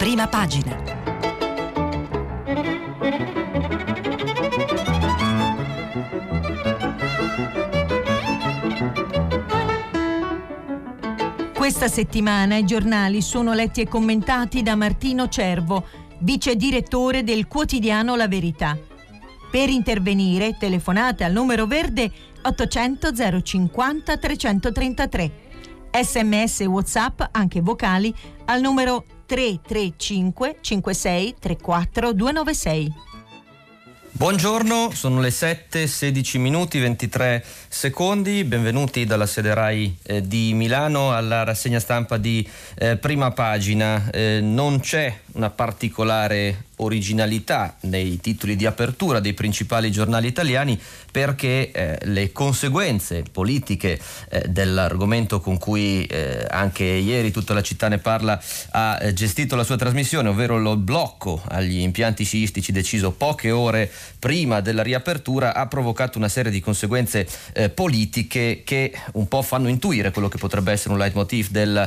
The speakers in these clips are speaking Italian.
Prima pagina. Questa settimana i giornali sono letti e commentati da Martino Cervo, vice direttore del quotidiano La Verità. Per intervenire telefonate al numero verde 800 050 333. SMS e WhatsApp, anche vocali, al numero 335 56 34 296. Buongiorno, sono le 7:16 minuti 23 secondi. Benvenuti dalla sede RAI di Milano alla rassegna stampa di Prima Pagina. Non c'è una particolare originalità nei titoli di apertura dei principali giornali italiani, perché le conseguenze politiche dell'argomento con cui anche ieri tutta la città ne parla ha gestito la sua trasmissione, ovvero lo blocco agli impianti sciistici deciso poche ore prima della riapertura, ha provocato una serie di conseguenze politiche che un po' fanno intuire quello che potrebbe essere un leitmotiv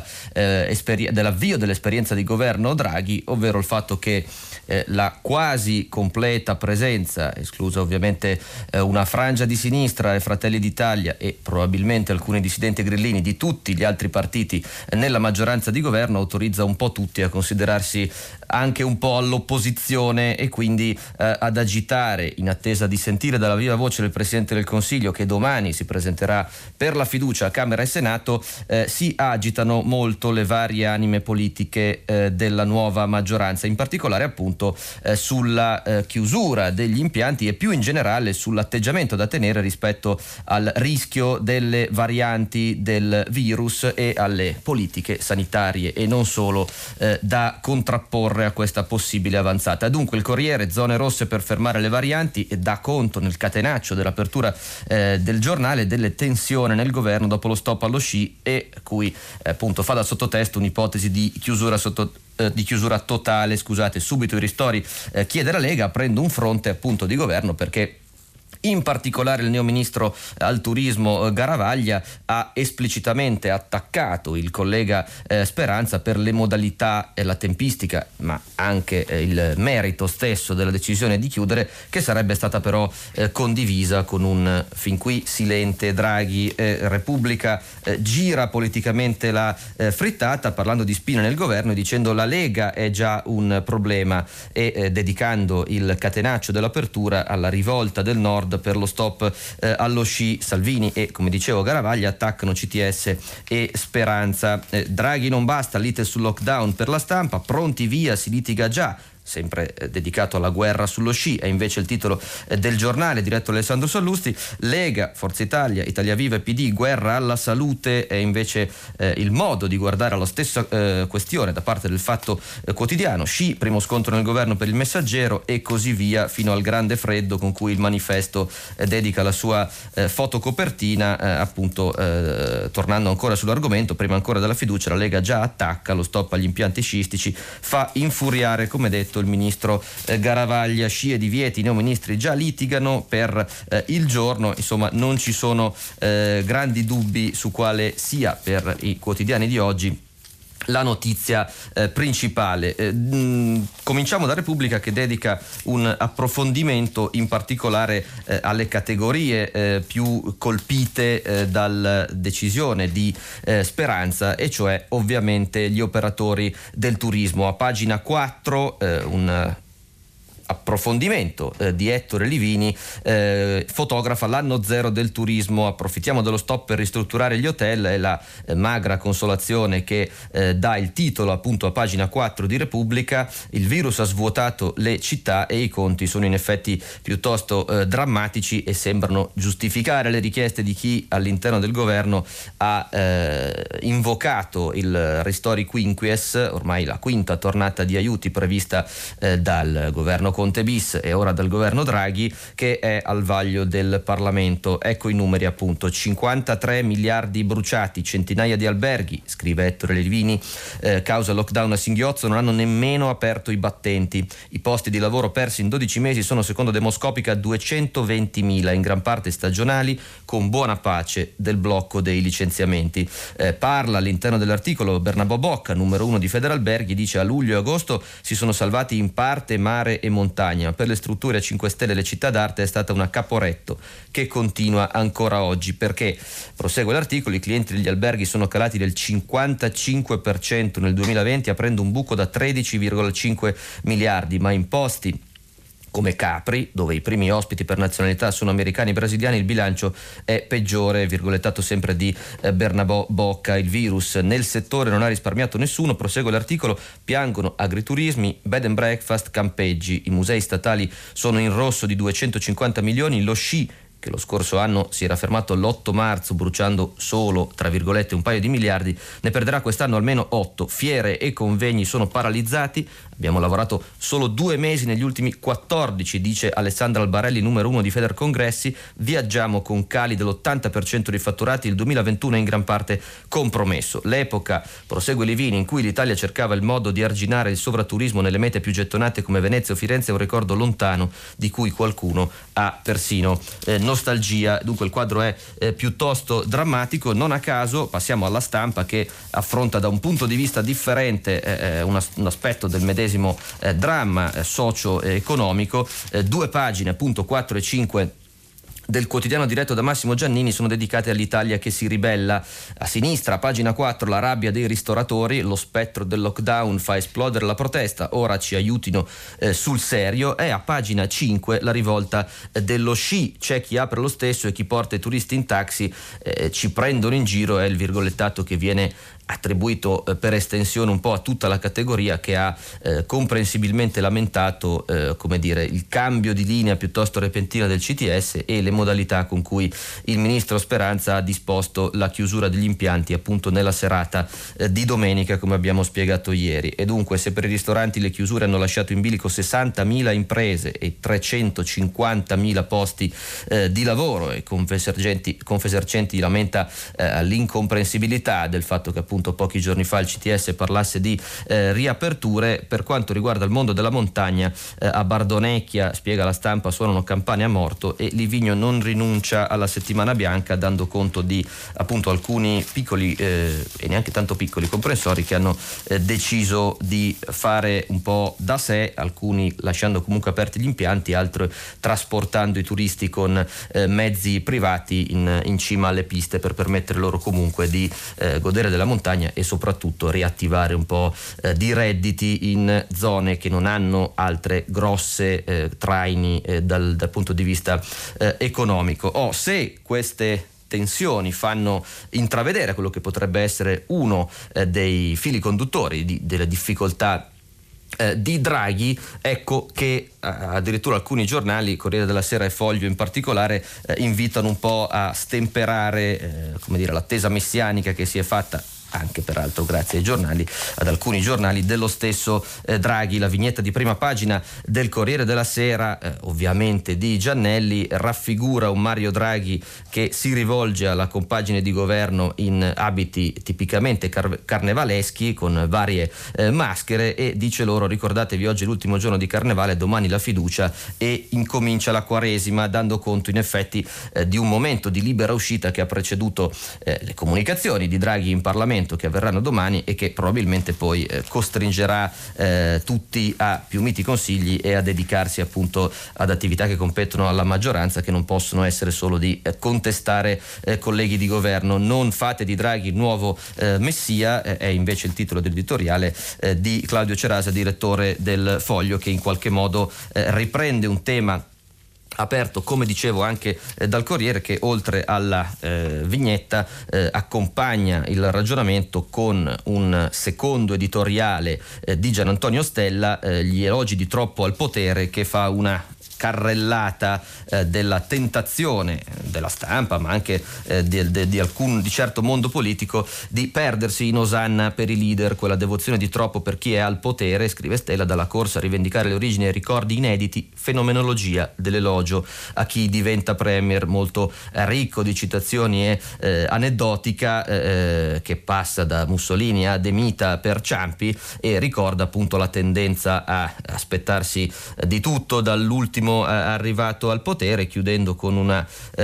dell'avvio dell'esperienza di governo Draghi, ovvero il fatto che la quasi completa presenza, esclusa ovviamente una frangia di sinistra e Fratelli d'Italia e probabilmente alcuni dissidenti grillini di tutti gli altri partiti nella maggioranza di governo, autorizza un po' tutti a considerarsi anche un po' all'opposizione e quindi ad agitare, in attesa di sentire dalla viva voce del Presidente del Consiglio che domani si presenterà per la fiducia a Camera e Senato. Si agitano molto le varie anime politiche della nuova maggioranza, in particolare appunto sulla chiusura degli impianti e più in generale sull'atteggiamento da tenere rispetto al rischio delle varianti del virus e alle politiche sanitarie e non solo da contrapporre a questa possibile avanzata. Dunque il Corriere, zone rosse per fermare le varianti, e dà conto nel catenaccio dell'apertura del giornale delle tensioni nel governo dopo lo stop allo sci, e cui appunto fa da sottotesto un'ipotesi di chiusura totale. Subito i ristori chiede la Lega, aprendo un fronte appunto di governo, perché in particolare il neoministro al turismo Garavaglia ha esplicitamente attaccato il collega Speranza per le modalità e la tempistica, ma anche il merito stesso della decisione di chiudere, che sarebbe stata però condivisa con un fin qui silente Draghi. Repubblica gira politicamente la frittata, parlando di spina nel governo e dicendo la Lega è già un problema, e dedicando il catenaccio dell'apertura alla rivolta del Nord per lo stop allo sci. Salvini e, come dicevo, Garavaglia attaccano CTS e Speranza. Draghi non basta, lite sul lockdown per la stampa, pronti via, si litiga già, sempre dedicato alla guerra sullo sci, è invece il titolo del giornale diretto da Alessandro Sallusti. Lega, Forza Italia, Italia Viva e PD, guerra alla salute è invece il modo di guardare alla stessa questione da parte del Fatto Quotidiano. Sci, primo scontro nel governo per il Messaggero, e così via fino al grande freddo con cui il Manifesto dedica la sua fotocopertina. Appunto tornando ancora sull'argomento, prima ancora della fiducia, la Lega già attacca lo stop agli impianti sciistici, fa infuriare, come detto, il ministro Garavaglia. Sci e divieti, i neoministri già litigano per il giorno. Insomma, non ci sono grandi dubbi su quale sia per i quotidiani di oggi la notizia principale. Cominciamo da Repubblica, che dedica un approfondimento in particolare alle categorie più colpite dalla decisione di Speranza, e cioè ovviamente gli operatori del turismo. A pagina 4 un approfondimento di Ettore Livini, fotografa l'anno zero del turismo. Approfittiamo dello stop per ristrutturare gli hotel, è la magra consolazione che dà il titolo appunto a pagina 4 di Repubblica. Il virus ha svuotato le città e i conti sono in effetti piuttosto drammatici e sembrano giustificare le richieste di chi all'interno del governo ha invocato il Ristori Quinquies, ormai la quinta tornata di aiuti prevista dal governo Conte bis e ora dal governo Draghi, che è al vaglio del Parlamento. Ecco i numeri appunto: 53 miliardi bruciati, centinaia di alberghi, scrive Ettore Levini, causa lockdown a singhiozzo, non hanno nemmeno aperto i battenti. I posti di lavoro persi in 12 mesi sono, secondo Demoscopica, 220.000, in gran parte stagionali, con buona pace del blocco dei licenziamenti. Parla all'interno dell'articolo Bernabò Bocca, numero 1 di Federalberghi, dice: a luglio e agosto si sono salvati in parte mare e montagna, per le strutture a 5 Stelle e le città d'arte è stata una Caporetto che continua ancora oggi, perché, prosegue l'articolo, i clienti degli alberghi sono calati del 55% nel 2020, aprendo un buco da 13,5 miliardi, ma in posti come Capri, dove i primi ospiti per nazionalità sono americani e brasiliani, il bilancio è peggiore, virgolettato sempre di Bernabò Bocca. Il virus nel settore non ha risparmiato nessuno, prosegue l'articolo, piangono agriturismi, bed and breakfast, campeggi. I musei statali sono in rosso di 250 milioni, lo sci, che lo scorso anno si era fermato l'8 marzo bruciando solo, tra virgolette, un paio di miliardi, ne perderà quest'anno almeno 8. Fiere e convegni sono paralizzati. Abbiamo lavorato solo 2 mesi negli ultimi 14, dice Alessandra Albarelli, numero 1 di Federcongressi. Viaggiamo con cali dell'80% dei fatturati, il 2021 è in gran parte compromesso. L'epoca, prosegue Levini, in cui l'Italia cercava il modo di arginare il sovraturismo nelle mete più gettonate come Venezia o Firenze, è un ricordo lontano di cui qualcuno ha persino nostalgia. Dunque il quadro è piuttosto drammatico. Non a caso passiamo alla Stampa, che affronta da un punto di vista differente un aspetto del medesimo dramma socio-economico. 2 pagine, appunto 4 e 5 del quotidiano diretto da Massimo Giannini sono dedicate all'Italia che si ribella. A sinistra, a pagina 4, la rabbia dei ristoratori, lo spettro del lockdown fa esplodere la protesta, ora ci aiutino sul serio. E a pagina 5 la rivolta dello sci, c'è chi apre lo stesso e chi porta i turisti in taxi, ci prendono in giro, è il virgolettato che viene attribuito per estensione un po' a tutta la categoria, che ha comprensibilmente lamentato il cambio di linea piuttosto repentina del CTS e le modalità con cui il ministro Speranza ha disposto la chiusura degli impianti appunto nella serata di domenica, come abbiamo spiegato ieri. E dunque, se per i ristoranti le chiusure hanno lasciato in bilico 60.000 imprese e 350.000 posti di lavoro, e Confesercenti lamenta l'incomprensibilità del fatto che appunto pochi giorni fa il CTS parlasse di riaperture. Per quanto riguarda il mondo della montagna, a Bardonecchia, spiega la Stampa, suonano campane a morto e Livigno non rinuncia alla settimana bianca, dando conto di appunto alcuni piccoli e neanche tanto piccoli comprensori che hanno deciso di fare un po' da sé, alcuni lasciando comunque aperti gli impianti, altri trasportando i turisti con mezzi privati in cima alle piste, per permettere loro comunque di godere della montagna e soprattutto riattivare un po' di redditi in zone che non hanno altre grosse traini dal punto di vista economico. Se queste tensioni fanno intravedere quello che potrebbe essere uno dei fili conduttori delle difficoltà di Draghi, ecco che addirittura alcuni giornali, Corriere della Sera e Foglio in particolare, invitano un po' a stemperare l'attesa messianica che si è fatta, anche peraltro grazie ai giornali, ad alcuni giornali dello stesso Draghi. La vignetta di prima pagina del Corriere della Sera, ovviamente di Giannelli, raffigura un Mario Draghi che si rivolge alla compagine di governo in abiti tipicamente carnevaleschi, con varie maschere, e dice loro: ricordatevi, oggi è l'ultimo giorno di carnevale, domani la fiducia e incomincia la Quaresima, dando conto in effetti di un momento di libera uscita che ha preceduto le comunicazioni di Draghi in Parlamento, che avverranno domani e che probabilmente poi costringerà tutti a più miti consigli e a dedicarsi appunto ad attività che competono alla maggioranza, che non possono essere solo di contestare colleghi di governo. Non fate di Draghi il nuovo messia, è invece il titolo dell'editoriale di Claudio Cerasa, direttore del Foglio, che in qualche modo riprende un tema aperto, come dicevo, anche dal Corriere, che oltre alla vignetta accompagna il ragionamento con un secondo editoriale di Gian Antonio Stella, gli elogi di troppo al potere, che fa una carrellata della tentazione della stampa, ma anche di certo mondo politico, di perdersi in osanna per i leader, quella devozione di troppo per chi è al potere, scrive Stella, dalla corsa a rivendicare le origini e i ricordi inediti, fenomenologia dell'elogio a chi diventa premier, molto ricco di citazioni e aneddotica, che passa da Mussolini a De Mita per Ciampi, e ricorda appunto la tendenza a aspettarsi di tutto dall'ultimo arrivato al potere, chiudendo con una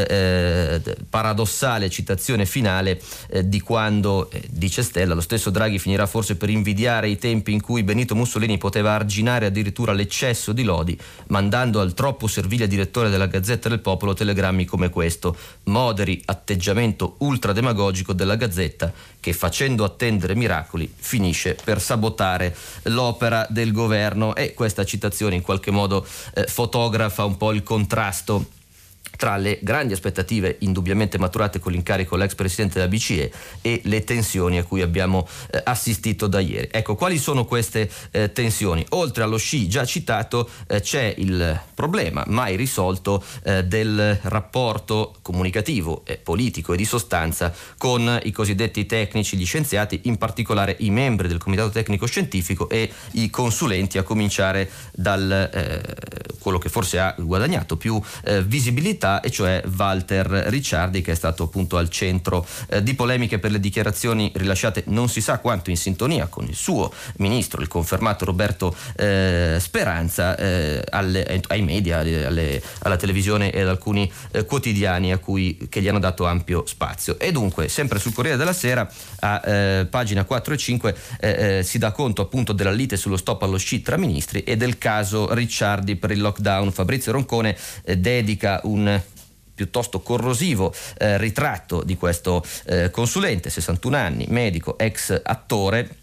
paradossale citazione finale di quando, dice Stella, lo stesso Draghi finirà forse per invidiare i tempi in cui Benito Mussolini poteva arginare addirittura l'eccesso di lodi, mandando al troppo servile direttore della Gazzetta del Popolo telegrammi come questo: moderi atteggiamento ultrademagogico della Gazzetta che, facendo attendere miracoli, finisce per sabotare l'opera del governo. E questa citazione in qualche modo fotografa un po' il contrasto tra le grandi aspettative indubbiamente maturate con l'incarico l'ex presidente della BCE e le tensioni a cui abbiamo assistito da ieri. Ecco, quali sono queste tensioni? Oltre allo sci già citato, c'è il problema mai risolto del rapporto comunicativo, politico e di sostanza con i cosiddetti tecnici, gli scienziati, in particolare i membri del comitato tecnico scientifico e i consulenti, a cominciare dal quello che forse ha guadagnato più visibilità, e cioè Walter Ricciardi, che è stato appunto al centro di polemiche per le dichiarazioni rilasciate non si sa quanto in sintonia con il suo ministro, il confermato Roberto Speranza, ai media, alla televisione e ad alcuni quotidiani che gli hanno dato ampio spazio. E dunque, sempre sul Corriere della Sera, a pagina 4 e 5, si dà conto appunto della lite sullo stop allo sci tra ministri e del caso Ricciardi per il lockdown. Fabrizio Roncone dedica un piuttosto corrosivo ritratto di questo consulente, 61 anni, medico, ex attore,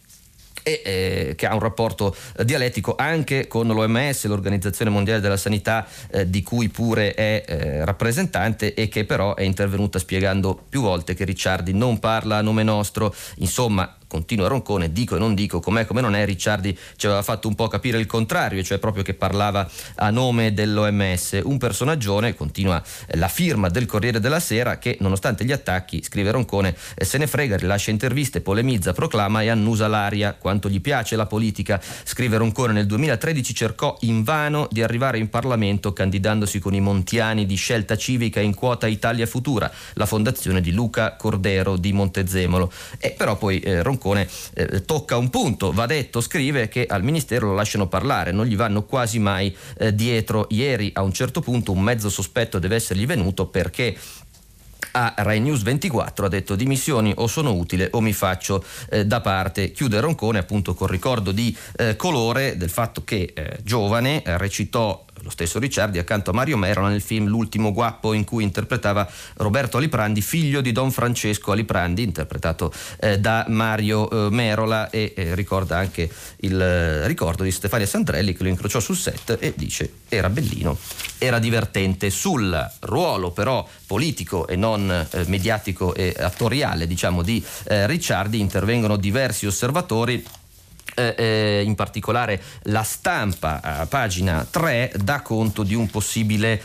e che ha un rapporto dialettico anche con l'OMS, l'Organizzazione Mondiale della Sanità, di cui pure è rappresentante, e che però è intervenuta spiegando più volte che Ricciardi non parla a nome nostro. Insomma, continua Roncone, dico e non dico, com'è come non è, Ricciardi ci aveva fatto un po' capire il contrario, cioè proprio che parlava a nome dell'OMS. Un personaggione, continua la firma del Corriere della Sera, che nonostante gli attacchi, scrive Roncone, se ne frega, rilascia interviste, polemizza, proclama e annusa l'aria. Quanto gli piace la politica, scrive Roncone, nel 2013 cercò invano di arrivare in Parlamento candidandosi con i montiani di Scelta Civica in quota Italia Futura, la fondazione di Luca Cordero di Montezemolo. E però poi Roncone tocca un punto, va detto, scrive, che al ministero lo lasciano parlare, non gli vanno quasi mai dietro. Ieri a un certo punto un mezzo sospetto deve essergli venuto, perché a Rai News 24 ha detto: dimissioni o sono utile o mi faccio da parte. Chiude Roncone appunto col ricordo di colore del fatto che giovane recitò lo stesso Ricciardi accanto a Mario Merola nel film L'ultimo guappo, in cui interpretava Roberto Aliprandi, figlio di Don Francesco Aliprandi, interpretato da Mario Merola, e ricorda anche il ricordo di Stefania Sandrelli, che lo incrociò sul set e dice: era bellino, era divertente. Sul ruolo però politico e non mediatico e attoriale, diciamo, di Ricciardi intervengono diversi osservatori. In particolare La Stampa, a pagina 3, dà conto di un possibile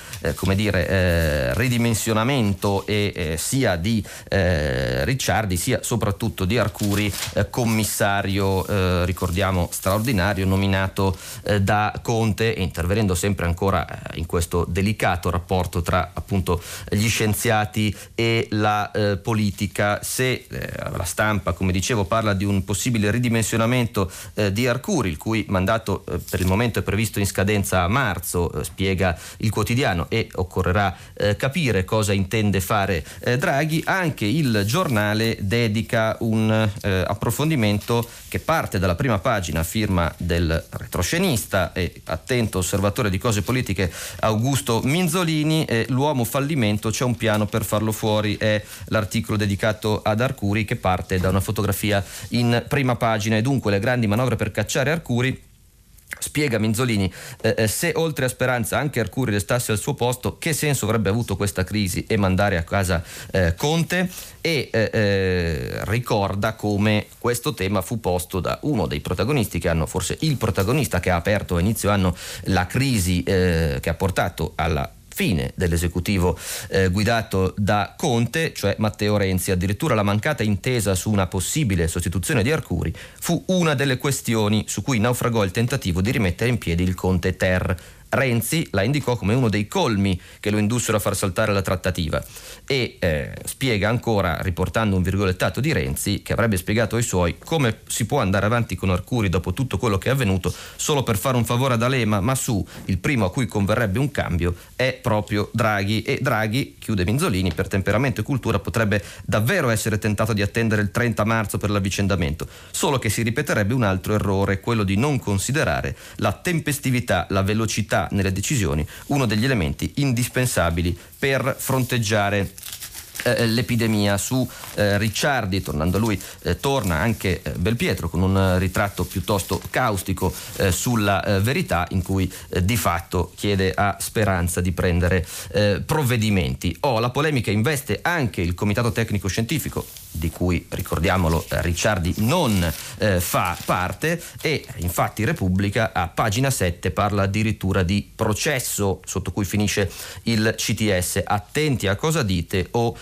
ridimensionamento sia di Ricciardi sia soprattutto di Arcuri, commissario, ricordiamo, straordinario, nominato da Conte, e intervenendo sempre ancora in questo delicato rapporto tra appunto gli scienziati e la politica. Se La Stampa, come dicevo, parla di un possibile ridimensionamento di Arcuri, il cui mandato per il momento è previsto in scadenza a marzo, spiega il quotidiano, e occorrerà capire cosa intende fare Draghi. Anche il Giornale dedica un approfondimento che parte dalla prima pagina a firma del retroscenista e attento osservatore di cose politiche Augusto Minzolini. L'uomo fallimento, c'è un piano per farlo fuori, è l'articolo dedicato ad Arcuri, che parte da una fotografia in prima pagina. E dunque le grandi manovre per cacciare Arcuri Spiega Minzolini, se oltre a Speranza anche Arcuri restasse al suo posto, che senso avrebbe avuto questa crisi e mandare a casa Conte? E ricorda come questo tema fu posto da uno dei protagonisti che hanno, forse il protagonista che ha aperto a inizio anno la crisi che ha portato alla fine dell'esecutivo guidato da Conte, cioè Matteo Renzi. Addirittura la mancata intesa su una possibile sostituzione di Arcuri fu una delle questioni su cui naufragò il tentativo di rimettere in piedi il Conte Ter. Renzi la indicò come uno dei colmi che lo indussero a far saltare la trattativa e spiega ancora, riportando un virgolettato di Renzi, che avrebbe spiegato ai suoi come si può andare avanti con Arcuri dopo tutto quello che è avvenuto solo per fare un favore ad Alema, ma il primo a cui converrebbe un cambio è proprio Draghi. E Draghi, chiude Minzolini, per temperamento e cultura potrebbe davvero essere tentato di attendere il 30 marzo per l'avvicendamento, solo che si ripeterebbe un altro errore, quello di non considerare la tempestività, la velocità nelle decisioni, uno degli elementi indispensabili per fronteggiare l'epidemia. Su Ricciardi, tornando a lui, torna anche Belpietro con un ritratto piuttosto caustico sulla Verità, in cui di fatto chiede a Speranza di prendere provvedimenti. La polemica investe anche il Comitato Tecnico Scientifico, di cui, ricordiamolo, Ricciardi non fa parte, e infatti Repubblica a pagina 7 parla addirittura di processo sotto cui finisce il CTS. Attenti a cosa dite o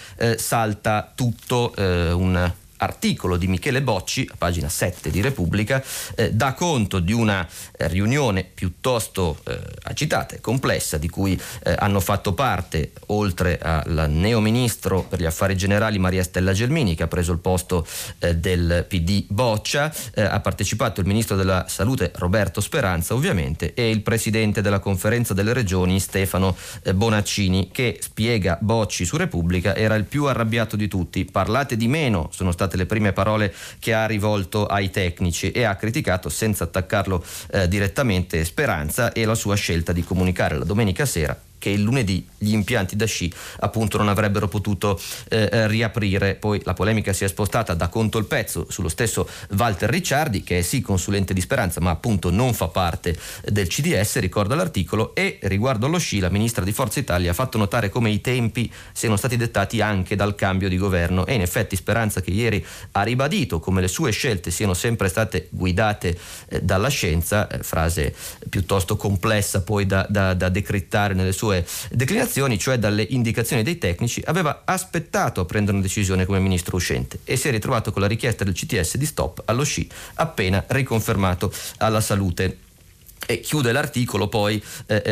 salta tutto. Un articolo di Michele Bocci, a pagina 7 di Repubblica, dà conto di una riunione piuttosto agitata e complessa, di cui hanno fatto parte, oltre al neo ministro per gli affari generali Maria Stella Gelmini, che ha preso il posto del PD Boccia, ha partecipato il ministro della Salute Roberto Speranza, ovviamente, e il presidente della Conferenza delle Regioni Stefano Bonaccini, che, spiega Bocci su Repubblica, era il più arrabbiato di tutti. Parlate di meno, sono state le prime parole che ha rivolto ai tecnici, e ha criticato, senza attaccarlo direttamente, Speranza e la sua scelta di comunicare la domenica sera che il lunedì gli impianti da sci appunto non avrebbero potuto riaprire. Poi la polemica si è spostata da conto il pezzo sullo stesso Walter Ricciardi, che è sì consulente di Speranza ma appunto non fa parte del CDS, ricorda l'articolo. E riguardo allo sci, la ministra di Forza Italia ha fatto notare come i tempi siano stati dettati anche dal cambio di governo, e in effetti Speranza, che ieri ha ribadito come le sue scelte siano sempre state guidate dalla scienza, frase piuttosto complessa poi da decrittare nelle sue declinazioni, cioè dalle indicazioni dei tecnici, aveva aspettato a prendere una decisione come ministro uscente e si è ritrovato con la richiesta del CTS di stop allo sci appena riconfermato alla Salute. E chiude l'articolo poi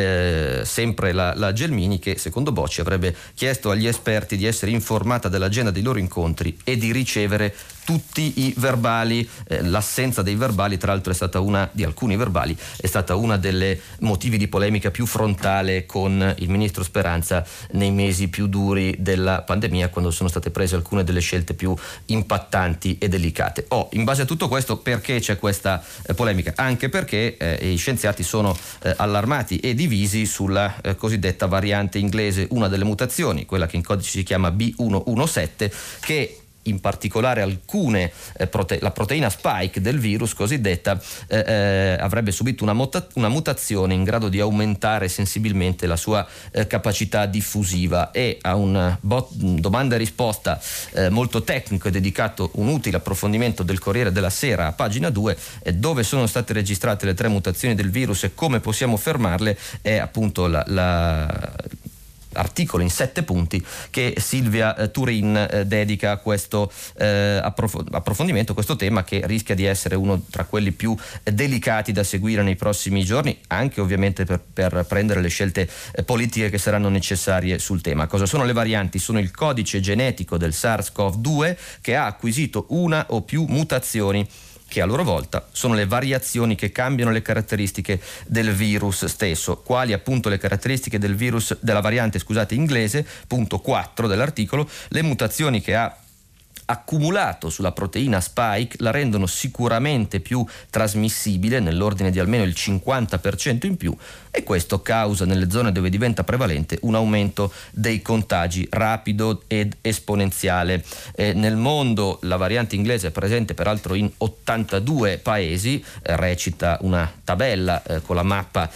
sempre la Gelmini, che secondo Bocci avrebbe chiesto agli esperti di essere informata dell'agenda dei loro incontri e di ricevere tutti i verbali. L'assenza dei verbali, tra l'altro, è stata di alcuni verbali, è stata una delle motivi di polemica più frontale con il ministro Speranza nei mesi più duri della pandemia, quando sono state prese alcune delle scelte più impattanti e delicate. In base a tutto questo, perché c'è questa polemica? Anche perché i scienziati sono allarmati e divisi sulla cosiddetta variante inglese, una delle mutazioni, quella che in codice si chiama B117, che in particolare alcune la proteina spike del virus cosiddetta avrebbe subito una mutazione in grado di aumentare sensibilmente la sua capacità diffusiva. E a un domanda e risposta molto tecnico e dedicato un utile approfondimento del Corriere della Sera a pagina 2, dove sono state registrate le 3 mutazioni del virus e come possiamo fermarle, è appunto articolo in 7 punti che Silvia Turin dedica a questo approfondimento, questo tema che rischia di essere uno tra quelli più delicati da seguire nei prossimi giorni, anche ovviamente per prendere le scelte politiche che saranno necessarie sul tema. Cosa sono le varianti? Sono il codice genetico del SARS-CoV-2 che ha acquisito una o più mutazioni, che a loro volta sono le variazioni che cambiano le caratteristiche del virus stesso. Quali appunto le caratteristiche del virus, della variante inglese, punto 4 dell'articolo, le mutazioni che ha accumulato sulla proteina spike la rendono sicuramente più trasmissibile, nell'ordine di almeno il 50% in più, e questo causa nelle zone dove diventa prevalente un aumento dei contagi rapido ed esponenziale. Nel mondo la variante inglese è presente peraltro in 82 paesi, recita una tabella con la mappa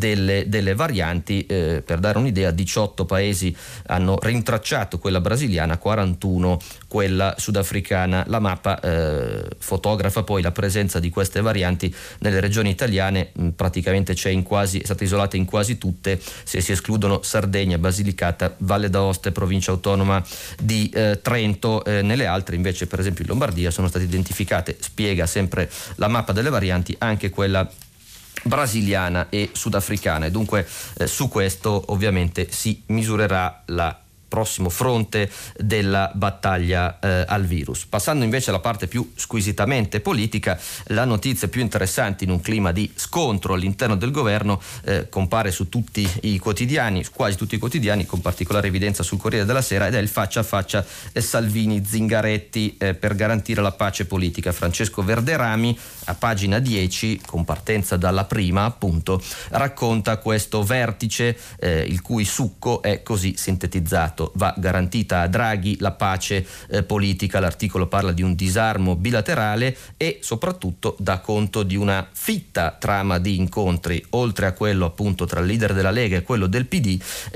delle varianti, per dare un'idea 18 paesi hanno rintracciato quella brasiliana, 41 quella sudafricana. La mappa fotografa poi la presenza di queste varianti nelle regioni italiane, praticamente è stata isolata in quasi tutte, se si escludono Sardegna, Basilicata, Valle d'Aosta e provincia autonoma di Trento. Nelle altre invece, per esempio in Lombardia, sono state identificate, spiega sempre la mappa delle varianti, anche quella brasiliana e sudafricana, e dunque su questo ovviamente si misurerà la prossimo fronte della battaglia al virus. Passando invece alla parte più squisitamente politica, la notizia più interessante in un clima di scontro all'interno del governo compare su tutti i quotidiani, quasi tutti i quotidiani, con particolare evidenza sul Corriere della Sera, ed è il faccia a faccia Salvini-Zingaretti per garantire la pace politica. Francesco Verderami, a pagina 10, con partenza dalla prima appunto, racconta questo vertice il cui succo è così sintetizzato: va garantita a Draghi la pace politica. L'articolo parla di un disarmo bilaterale e soprattutto dà conto di una fitta trama di incontri, oltre a quello appunto tra il leader della Lega e quello del PD.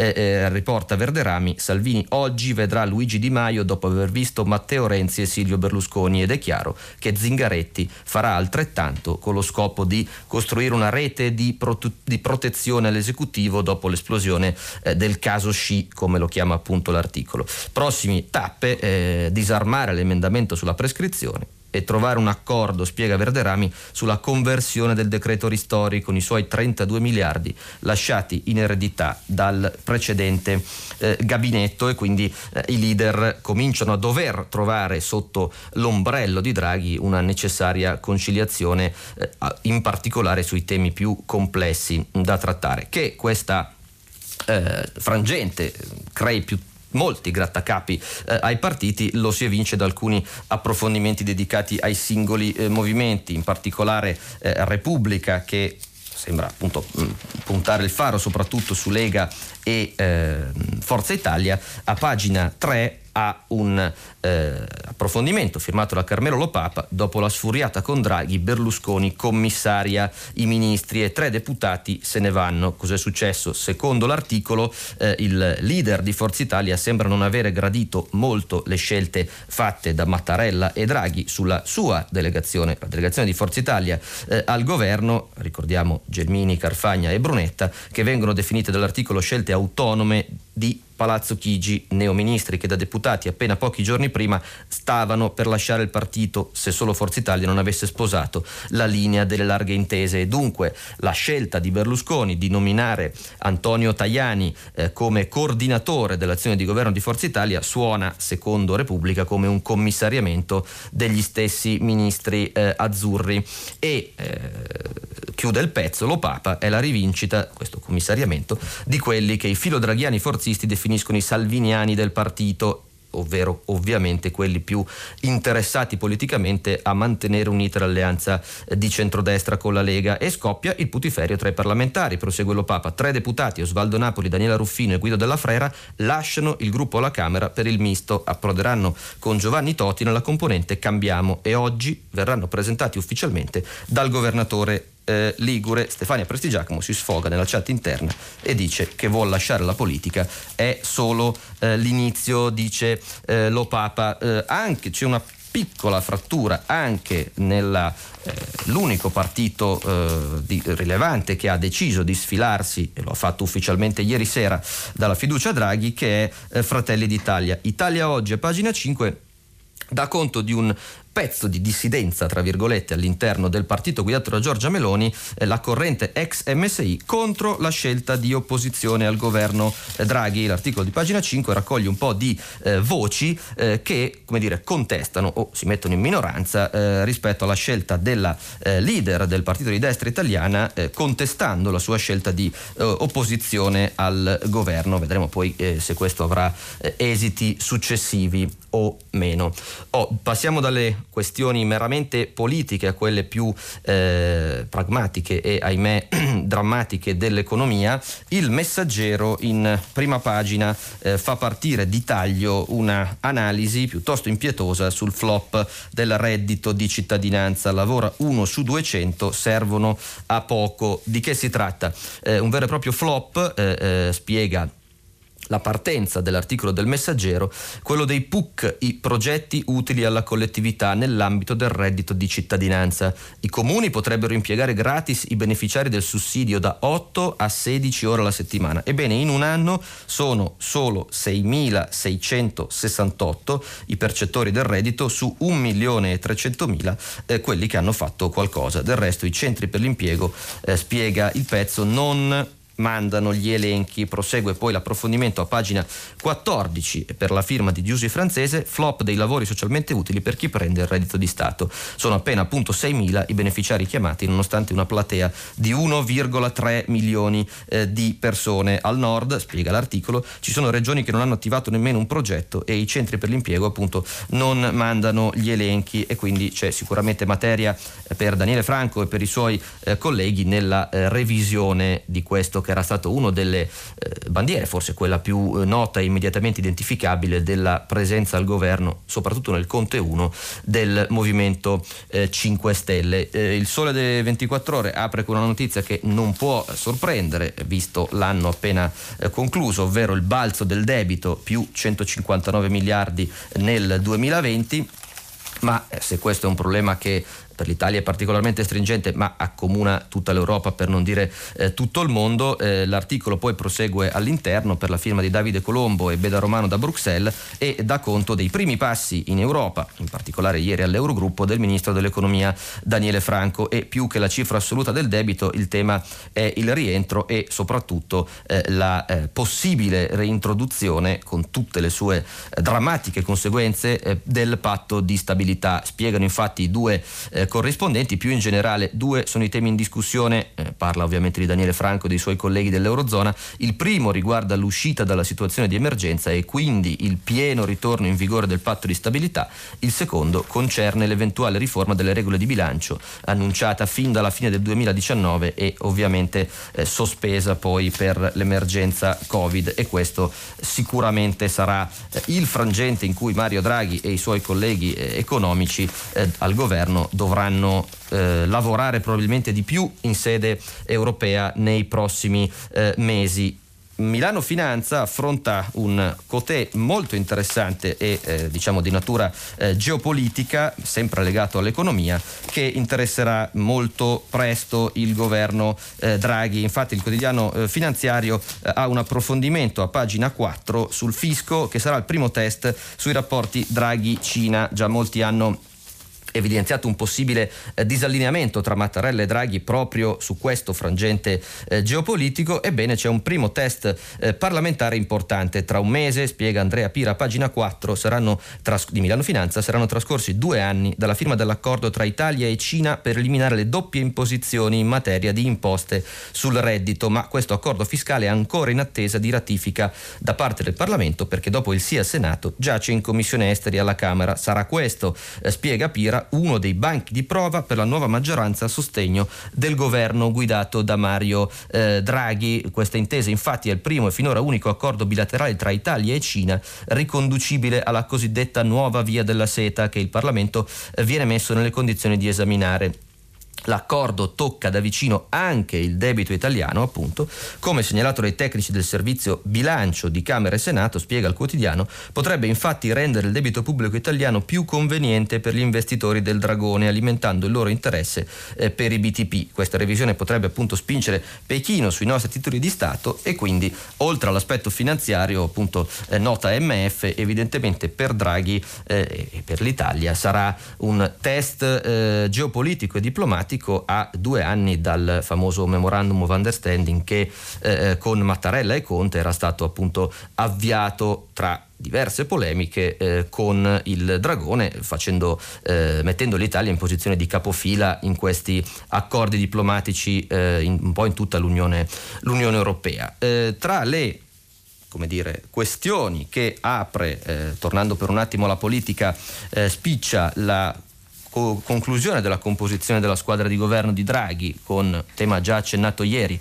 Riporta Verderami: Salvini oggi vedrà Luigi Di Maio dopo aver visto Matteo Renzi e Silvio Berlusconi, ed è chiaro che Zingaretti farà altrettanto, con lo scopo di costruire una rete di protezione all'esecutivo dopo l'esplosione del caso Sci, come lo chiama appunto l'articolo. Prossimi tappe: disarmare l'emendamento sulla prescrizione e trovare un accordo, spiega Verderami, sulla conversione del decreto ristori con i suoi 32 miliardi lasciati in eredità dal precedente gabinetto, e quindi i leader cominciano a dover trovare sotto l'ombrello di Draghi una necessaria conciliazione, in particolare sui temi più complessi da trattare. Che questa frangente crei molti grattacapi ai partiti lo si evince da alcuni approfondimenti dedicati ai singoli movimenti, in particolare Repubblica, che sembra appunto puntare il faro soprattutto su Lega e Forza Italia. A pagina 3 ha un approfondimento firmato da Carmelo Lopapa: dopo la sfuriata con Draghi, Berlusconi commissaria i ministri e 3 deputati se ne vanno. Cos'è successo? Secondo l'articolo, il leader di Forza Italia sembra non avere gradito molto le scelte fatte da Mattarella e Draghi sulla sua delegazione, la delegazione di Forza Italia al governo. Ricordiamo Gelmini, Carfagna e Brunetta, che vengono definite dall'articolo scelte autonome di Palazzo Chigi, neoministri che da deputati appena pochi giorni prima stavano per lasciare il partito se solo Forza Italia non avesse sposato la linea delle larghe intese. E dunque la scelta di Berlusconi di nominare Antonio Tajani come coordinatore dell'azione di governo di Forza Italia suona, secondo Repubblica, come un commissariamento degli stessi ministri azzurri. E chiude il pezzo Lopapa: è la rivincita, questo commissariamento, di quelli che i filodraghiani forzisti definiscono i salviniani del partito, ovvero ovviamente quelli più interessati politicamente a mantenere un'ita l'alleanza di centrodestra con la Lega. E scoppia il putiferio tra i parlamentari, prosegue Lopapa: 3 deputati, Osvaldo Napoli, Daniela Ruffino e Guido Della Frera, lasciano il gruppo alla Camera per il misto, approderanno con Giovanni Toti nella componente Cambiamo e oggi verranno presentati ufficialmente dal governatore ligure. Stefania Prestigiacomo si sfoga nella chat interna e dice che vuol lasciare la politica, è solo l'inizio, dice Lopapa. Anche c'è una piccola frattura anche l'unico partito rilevante che ha deciso di sfilarsi, e lo ha fatto ufficialmente ieri sera, dalla fiducia a Draghi, che è Fratelli d'Italia. Italia Oggi, a pagina 5, dà conto di un pezzo di dissidenza, tra virgolette, all'interno del partito guidato da Giorgia Meloni, la corrente ex MSI, contro la scelta di opposizione al governo Draghi. L'articolo di pagina 5 raccoglie un po' di voci che, come dire, contestano o si mettono in minoranza rispetto alla scelta della leader del partito di destra italiana, contestando la sua scelta di opposizione al governo. Vedremo poi se questo avrà esiti successivi o meno. Passiamo dalle questioni meramente politiche a quelle più pragmatiche e, ahimè, drammatiche dell'economia. Il Messaggero in prima pagina fa partire di taglio una analisi piuttosto impietosa sul flop del reddito di cittadinanza. Lavora 1 su 200, servono a poco. Di che si tratta? Un vero e proprio flop, spiega la partenza dell'articolo del Messaggero, quello dei PUC, i progetti utili alla collettività nell'ambito del reddito di cittadinanza. I comuni potrebbero impiegare gratis i beneficiari del sussidio da 8 a 16 ore alla settimana. Ebbene, in un anno sono solo 6.668 i percettori del reddito su 1.300.000 quelli che hanno fatto qualcosa. Del resto i centri per l'impiego, spiega il pezzo, non mandano gli elenchi. Prosegue poi l'approfondimento a pagina 14 per la firma di Giusy Francese: flop dei lavori socialmente utili per chi prende il reddito di Stato. Sono appena appunto 6.000 i beneficiari chiamati, nonostante una platea di 1,3 milioni di persone. Al nord, spiega l'articolo, ci sono regioni che non hanno attivato nemmeno un progetto e i centri per l'impiego appunto non mandano gli elenchi, e quindi c'è sicuramente materia per Daniele Franco e per i suoi colleghi nella revisione di questo, che era stato uno delle bandiere, forse quella più nota e immediatamente identificabile della presenza al governo, soprattutto nel Conte 1, del Movimento 5 Stelle. Il Sole delle 24 Ore apre con una notizia che non può sorprendere, visto l'anno appena concluso, ovvero il balzo del debito, più 159 miliardi nel 2020. Ma se questo è un problema che per l'Italia è particolarmente stringente, ma accomuna tutta l'Europa, per non dire tutto il mondo, l'articolo poi prosegue all'interno per la firma di Davide Colombo e Beda Romano da Bruxelles e dà conto dei primi passi in Europa, in particolare ieri all'Eurogruppo, del ministro dell'economia Daniele Franco. E più che la cifra assoluta del debito, il tema è il rientro e soprattutto la possibile reintroduzione, con tutte le sue drammatiche conseguenze, del patto di stabilità. Spiegano infatti i due corrispondenti. Più in generale, due sono i temi in discussione, parla ovviamente di Daniele Franco e dei suoi colleghi dell'Eurozona. Il primo riguarda l'uscita dalla situazione di emergenza e quindi il pieno ritorno in vigore del patto di stabilità. Il secondo concerne l'eventuale riforma delle regole di bilancio, annunciata fin dalla fine del 2019 e ovviamente sospesa poi per l'emergenza Covid, e questo sicuramente sarà il frangente in cui Mario Draghi e i suoi colleghi economici al governo dovranno lavorare probabilmente di più in sede europea nei prossimi mesi. Milano Finanza affronta un cotè molto interessante e diciamo di natura geopolitica, sempre legato all'economia, che interesserà molto presto il governo Draghi. Infatti il quotidiano finanziario ha un approfondimento a pagina 4 sul fisco, che sarà il primo test sui rapporti Draghi-Cina. Già molti hanno evidenziato un possibile disallineamento tra Mattarella e Draghi proprio su questo frangente geopolitico. Ebbene, c'è un primo test parlamentare importante. Tra un mese, spiega Andrea Pira, pagina 4, di Milano Finanza, saranno trascorsi 2 anni dalla firma dell'accordo tra Italia e Cina per eliminare le doppie imposizioni in materia di imposte sul reddito, ma questo accordo fiscale è ancora in attesa di ratifica da parte del Parlamento, perché dopo il sì al Senato giace in Commissione Esteri alla Camera. Sarà questo, spiega Pira, uno dei banchi di prova per la nuova maggioranza a sostegno del governo guidato da Mario Draghi. Questa intesa infatti è il primo e finora unico accordo bilaterale tra Italia e Cina riconducibile alla cosiddetta nuova via della seta, che il Parlamento viene messo nelle condizioni di esaminare. L'accordo tocca da vicino anche il debito italiano, appunto, come segnalato dai tecnici del servizio bilancio di Camera e Senato, spiega il quotidiano, potrebbe infatti rendere il debito pubblico italiano più conveniente per gli investitori del Dragone, alimentando il loro interesse per i BTP. Questa revisione potrebbe appunto spingere Pechino sui nostri titoli di Stato e quindi, oltre all'aspetto finanziario, appunto, nota MF, evidentemente per Draghi e per l'Italia sarà un test geopolitico e diplomatico a 2 anni dal famoso Memorandum of Understanding che con Mattarella e Conte era stato appunto avviato tra diverse polemiche con il Dragone, mettendo l'Italia in posizione di capofila in questi accordi diplomatici un po' in tutta l'Unione Europea. Tra le questioni che apre, tornando per un attimo alla politica, spiccia la conclusione della composizione della squadra di governo di Draghi, con tema già accennato ieri,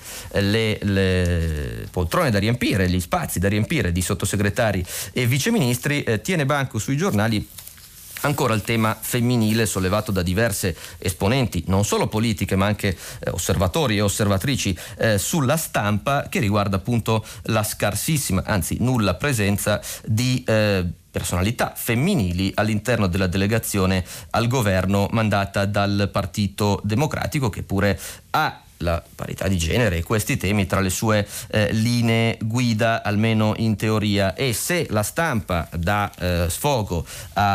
le poltrone da riempire, gli spazi da riempire di sottosegretari e viceministri. Tiene banco sui giornali ancora il tema femminile sollevato da diverse esponenti, non solo politiche ma anche osservatori e osservatrici sulla Stampa, che riguarda appunto la scarsissima, anzi nulla presenza di personalità femminili all'interno della delegazione al governo mandata dal Partito Democratico, che pure ha la parità di genere e questi temi tra le sue linee guida, almeno in teoria. E se la Stampa dà sfogo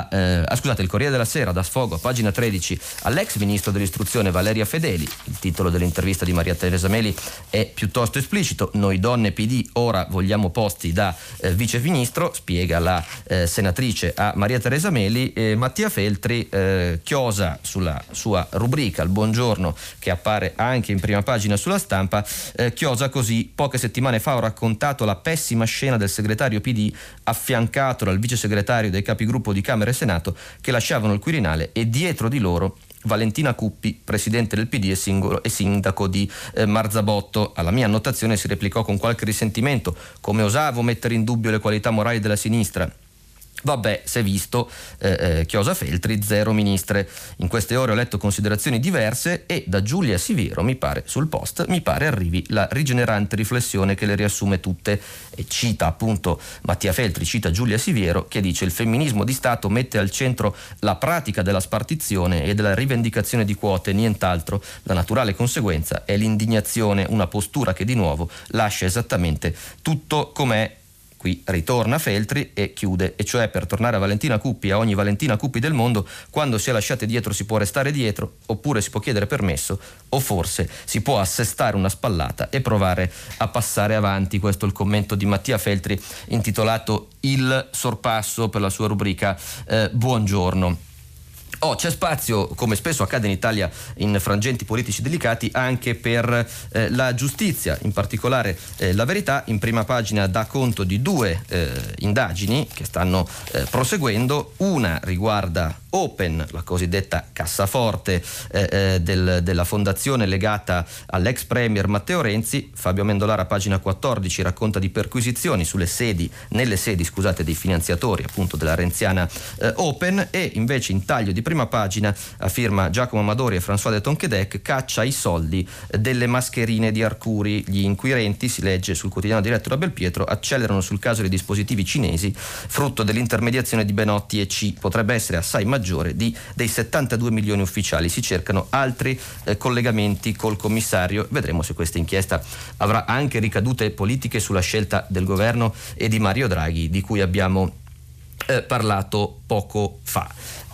il Corriere della Sera dà sfogo a pagina 13 all'ex ministro dell'istruzione Valeria Fedeli, il titolo dell'intervista di Maria Teresa Meli è piuttosto esplicito: noi donne PD ora vogliamo posti da vice ministro, spiega la senatrice a Maria Teresa Meli. Mattia Feltri chiosa sulla sua rubrica Il Buongiorno, che appare anche in prima pagina sulla Stampa, chiosa così: poche settimane fa ho raccontato la pessima scena del segretario PD affiancato dal vice segretario dei capigruppo di Camera e Senato che lasciavano il Quirinale e dietro di loro Valentina Cuppi, presidente del PD e sindaco di Marzabotto. Alla mia annotazione si replicò con qualche risentimento: come osavo mettere in dubbio le qualità morali della sinistra? Vabbè, si è visto, chiosa Feltri, 0 ministre. In queste ore ho letto considerazioni diverse e da Giulia Siviero, sul Post, mi pare arrivi la rigenerante riflessione che le riassume tutte, e cita appunto Mattia Feltri, cita Giulia Siviero, che dice: il femminismo di Stato mette al centro la pratica della spartizione e della rivendicazione di quote, nient'altro. La naturale conseguenza è l'indignazione, una postura che di nuovo lascia esattamente tutto com'è. Qui ritorna Feltri e chiude: e cioè, per tornare a Valentina Cuppi, a ogni Valentina Cuppi del mondo, quando si è lasciate dietro si può restare dietro, oppure si può chiedere permesso, o forse si può assestare una spallata e provare a passare avanti. Questo è il commento di Mattia Feltri intitolato Il sorpasso, per la sua rubrica Buongiorno. C'è spazio, come spesso accade in Italia in frangenti politici delicati, anche per la giustizia, in particolare La Verità in prima pagina dà conto di 2 indagini che stanno proseguendo. Una riguarda Open, la cosiddetta cassaforte della fondazione legata all'ex premier Matteo Renzi. Fabio Amendolara, pagina 14, racconta di perquisizioni nelle sedi dei finanziatori appunto della renziana Open. E invece in taglio di prima pagina, a firma Giacomo Amadori e François de Tonquédec, caccia i soldi delle mascherine di Arcuri. Gli inquirenti, si legge sul quotidiano diretto da Belpietro, accelerano sul caso dei dispositivi cinesi, frutto dell'intermediazione di Benotti e C. Potrebbe essere assai maggiore dei 72 milioni ufficiali. Si cercano altri collegamenti col commissario. Vedremo se questa inchiesta avrà anche ricadute politiche sulla scelta del governo e di Mario Draghi, di cui abbiamo parlato poco fa.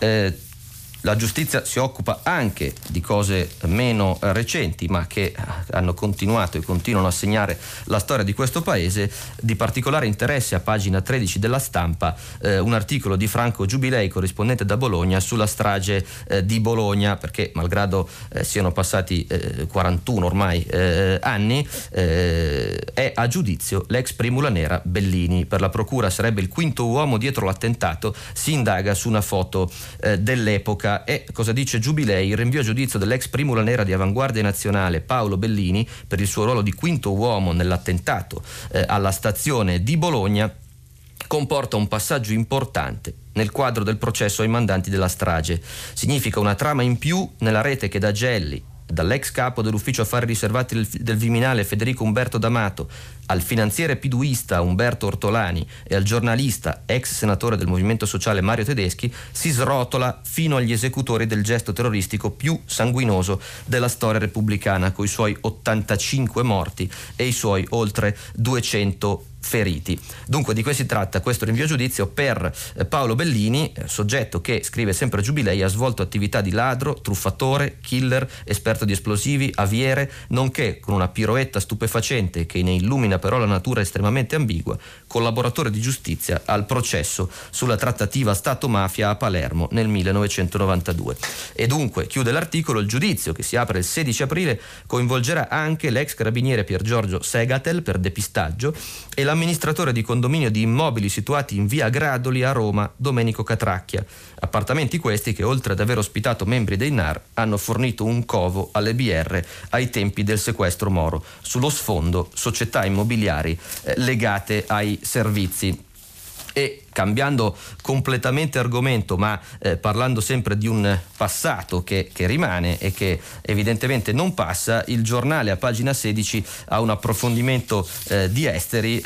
La giustizia si occupa anche di cose meno recenti, ma che hanno continuato e continuano a segnare la storia di questo paese. Di particolare interesse a pagina 13 della Stampa un articolo di Franco Giubilei, corrispondente da Bologna, sulla strage di Bologna, perché malgrado siano passati 41 ormai anni, è a giudizio l'ex primula nera Bellini. Per la procura sarebbe il 5° uomo dietro l'attentato. Si indaga su una foto dell'epoca. E cosa dice Giubilei? Il rinvio a giudizio dell'ex primula nera di Avanguardia Nazionale Paolo Bellini per il suo ruolo di 5° uomo nell'attentato alla stazione di Bologna comporta un passaggio importante nel quadro del processo ai mandanti della strage. Significa una trama in più nella rete che da Gelli, dall'ex capo dell'ufficio affari riservati del Viminale Federico Umberto D'Amato al finanziere piduista Umberto Ortolani e al giornalista ex senatore del Movimento Sociale Mario Tedeschi, si srotola fino agli esecutori del gesto terroristico più sanguinoso della storia repubblicana, coi suoi 85 morti e i suoi oltre 200 feriti. Dunque di questo si tratta questo rinvio a giudizio per Paolo Bellini, soggetto che, scrive sempre Giubilei, ha svolto attività di ladro, truffatore, killer, esperto di esplosivi, aviere, nonché, con una piroetta stupefacente che ne illumina però la natura estremamente ambigua, collaboratore di giustizia al processo sulla trattativa Stato-mafia a Palermo nel 1992. E dunque, chiude l'articolo, il giudizio che si apre il 16 aprile coinvolgerà anche l'ex carabiniere Pier Giorgio Segatel per depistaggio e l'amministratore di condominio di immobili situati in via Gradoli a Roma, Domenico Catracchia. Appartamenti questi che, oltre ad aver ospitato membri dei NAR, hanno fornito un covo alle BR ai tempi del sequestro Moro. Sullo sfondo, società immobiliari legate ai servizi. E cambiando completamente argomento, ma parlando sempre di un passato che rimane e che evidentemente non passa, il Giornale a pagina 16 ha un approfondimento di esteri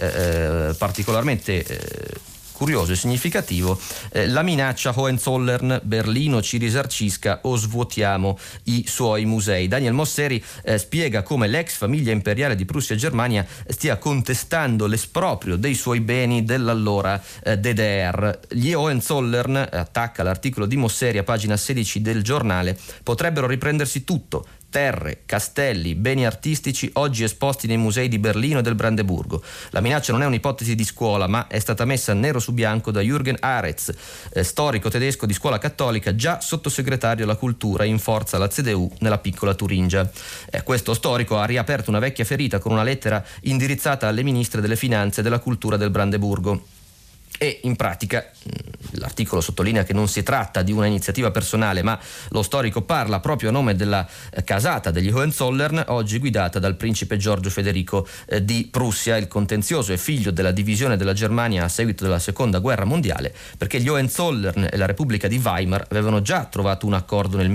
particolarmente curioso e significativo. La minaccia Hohenzollern, Berlino ci risarcisca o svuotiamo i suoi musei. Daniel Mosseri spiega come l'ex famiglia imperiale di Prussia e Germania stia contestando l'esproprio dei suoi beni dell'allora DDR. Gli Hohenzollern, attacca l'articolo di Mosseri a pagina 16 del Giornale, potrebbero riprendersi tutto: terre, castelli, beni artistici oggi esposti nei musei di Berlino e del Brandeburgo. La minaccia non è un'ipotesi di scuola, ma è stata messa nero su bianco da Jürgen Aretz, storico tedesco di scuola cattolica, già sottosegretario alla cultura in forza alla CDU nella piccola Turingia. Questo storico ha riaperto una vecchia ferita con una lettera indirizzata alle ministre delle finanze e della cultura del Brandeburgo. E in pratica l'articolo sottolinea che non si tratta di una iniziativa personale, ma lo storico parla proprio a nome della casata degli Hohenzollern, oggi guidata dal principe Giorgio Federico di Prussia. Il contenzioso è figlio della divisione della Germania a seguito della seconda guerra mondiale, perché gli Hohenzollern e la Repubblica di Weimar avevano già trovato un accordo nel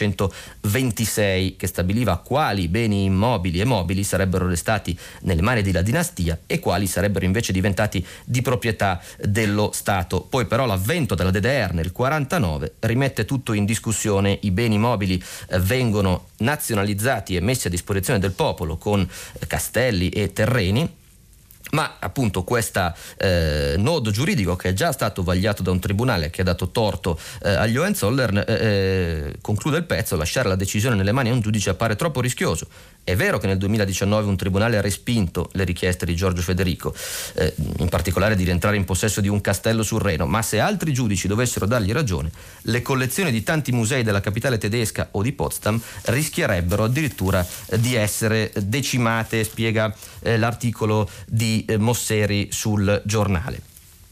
1926 che stabiliva quali beni immobili e mobili sarebbero restati nelle mani della dinastia e quali sarebbero invece diventati di proprietà dello Stato. Poi però l'avvento della DDR nel 1949 rimette tutto in discussione. I beni mobili vengono nazionalizzati e messi a disposizione del popolo con castelli e terreni. Ma appunto questo nodo giuridico, che è già stato vagliato da un tribunale che ha dato torto agli Hohenzollern, conclude il pezzo: lasciare la decisione nelle mani a un giudice appare troppo rischioso. È vero che nel 2019 un tribunale ha respinto le richieste di Giorgio Federico, in particolare di rientrare in possesso di un castello sul Reno, ma se altri giudici dovessero dargli ragione, le collezioni di tanti musei della capitale tedesca o di Potsdam rischierebbero addirittura di essere decimate, spiega l'articolo di Mosseri sul Giornale.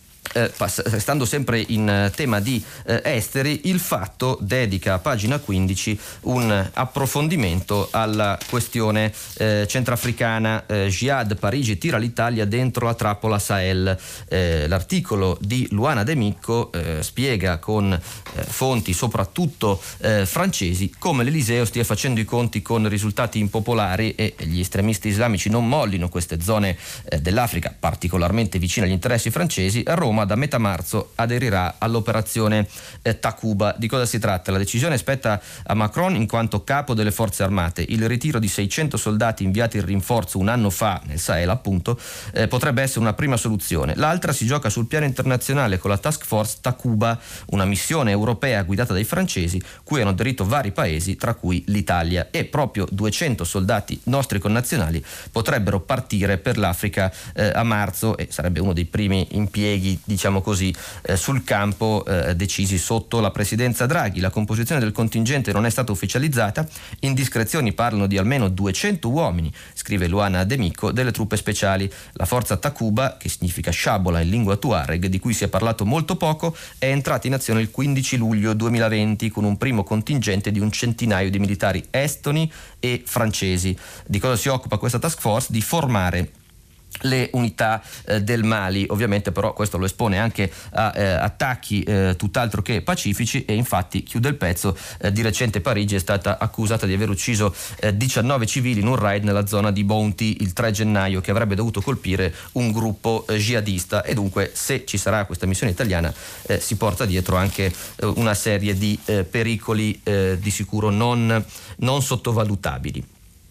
Stando sempre in tema di esteri, Il Fatto dedica a pagina 15 un approfondimento alla questione centrafricana. Jihad, Parigi tira l'Italia dentro la trappola Sahel. L'articolo di Luana De Micco spiega con fonti soprattutto francesi come l'Eliseo stia facendo i conti con risultati impopolari e gli estremisti islamici non mollino queste zone dell'Africa particolarmente vicine agli interessi francesi. A Roma da metà marzo aderirà all'operazione Takuba. Di cosa si tratta? La decisione spetta a Macron in quanto capo delle forze armate. Il ritiro di 600 soldati inviati in rinforzo un anno fa nel Sahel, appunto, potrebbe essere una prima soluzione. L'altra si gioca sul piano internazionale con la Task Force Takuba, una missione europea guidata dai francesi, cui hanno aderito vari paesi, tra cui l'Italia, e proprio 200 soldati nostri connazionali potrebbero partire per l'Africa a marzo, e sarebbe uno dei primi impieghi, diciamo così, sul campo decisi sotto la presidenza Draghi. La composizione del contingente non è stata ufficializzata. Indiscrezioni parlano di almeno 200 uomini, scrive Luana De Micco, delle truppe speciali. La forza Takuba, che significa sciabola in lingua tuareg, di cui si è parlato molto poco, è entrata in azione il 15 luglio 2020 con un primo contingente di un centinaio di militari estoni e francesi. Di cosa si occupa questa task force? Di formare le unità del Mali. Ovviamente però questo lo espone anche a attacchi tutt'altro che pacifici, e infatti, chiude il pezzo, di recente Parigi è stata accusata di aver ucciso 19 civili in un raid nella zona di Bounty il 3 gennaio che avrebbe dovuto colpire un gruppo jihadista, e dunque se ci sarà questa missione italiana si porta dietro anche una serie di pericoli di sicuro non sottovalutabili.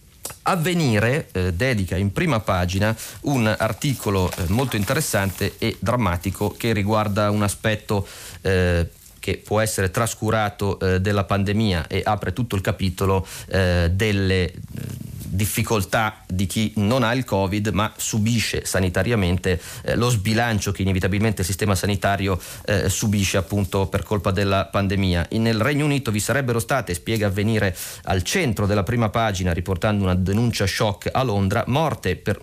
Avvenire dedica in prima pagina un articolo molto interessante e drammatico che riguarda un aspetto che può essere trascurato della pandemia, e apre tutto il capitolo delle difficoltà di chi non ha il Covid ma subisce sanitariamente lo sbilancio che inevitabilmente il sistema sanitario subisce appunto per colpa della pandemia. Nel Regno Unito vi sarebbero state, spiega Avvenire al centro della prima pagina, riportando una denuncia shock a Londra, morti per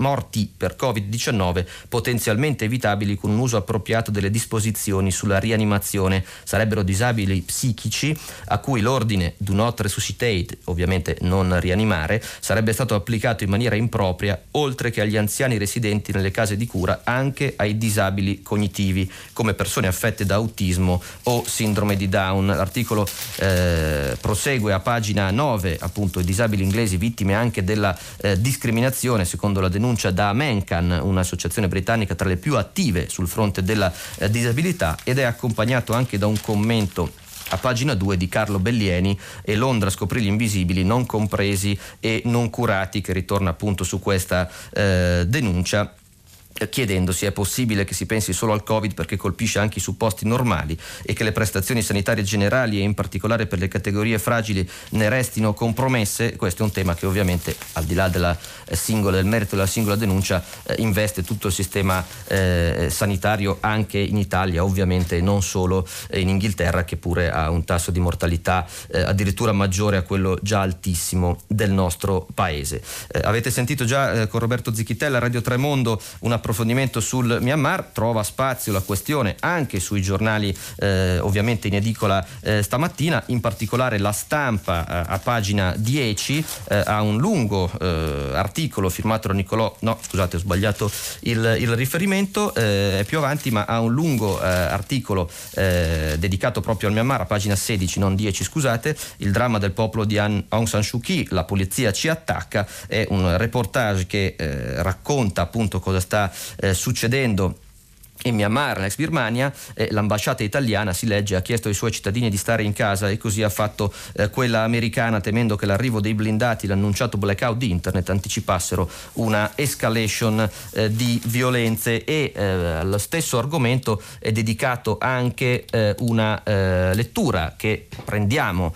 Covid-19 potenzialmente evitabili con un uso appropriato delle disposizioni sulla rianimazione. Sarebbero disabili psichici a cui l'ordine do not resuscitate, ovviamente non rianimare, sarebbe stato applicato in maniera impropria, oltre che agli anziani residenti nelle case di cura, anche ai disabili cognitivi come persone affette da autismo o sindrome di Down. L'articolo prosegue a pagina 9, appunto, i disabili inglesi vittime anche della discriminazione, secondo la denuncia da Mencan, un'associazione britannica tra le più attive sul fronte della disabilità, ed è accompagnato anche da un commento a pagina 2 di Carlo Bellieni, e Londra scoprì gli invisibili non compresi e non curati, che ritorna appunto su questa denuncia, chiedendosi: è possibile che si pensi solo al Covid perché colpisce anche i supposti normali e che le prestazioni sanitarie generali e in particolare per le categorie fragili ne restino compromesse? Questo è un tema che ovviamente, al di là del merito della singola denuncia, investe tutto il sistema sanitario anche in Italia, ovviamente non solo in Inghilterra, che pure ha un tasso di mortalità addirittura maggiore a quello già altissimo del nostro paese. Avete sentito già con Roberto Zichitella, Radio Tremondo, un approfondimento sul Myanmar. Trova spazio la questione anche sui giornali ovviamente in edicola stamattina, in particolare La Stampa a pagina 10 ha un lungo articolo firmato da Nicolò, no scusate ho sbagliato il riferimento, è più avanti, ma ha un lungo articolo dedicato proprio al Myanmar a pagina 16, non 10 scusate, il dramma del popolo di Aung San Suu Kyi, la polizia ci attacca. È un reportage che racconta appunto cosa sta succedendo in Myanmar, l'ex Birmania. L'ambasciata italiana, si legge, ha chiesto ai suoi cittadini di stare in casa, e così ha fatto quella americana, temendo che l'arrivo dei blindati, l'annunciato blackout di internet, anticipassero una escalation di violenze. E lo stesso argomento è dedicato anche una lettura che prendiamo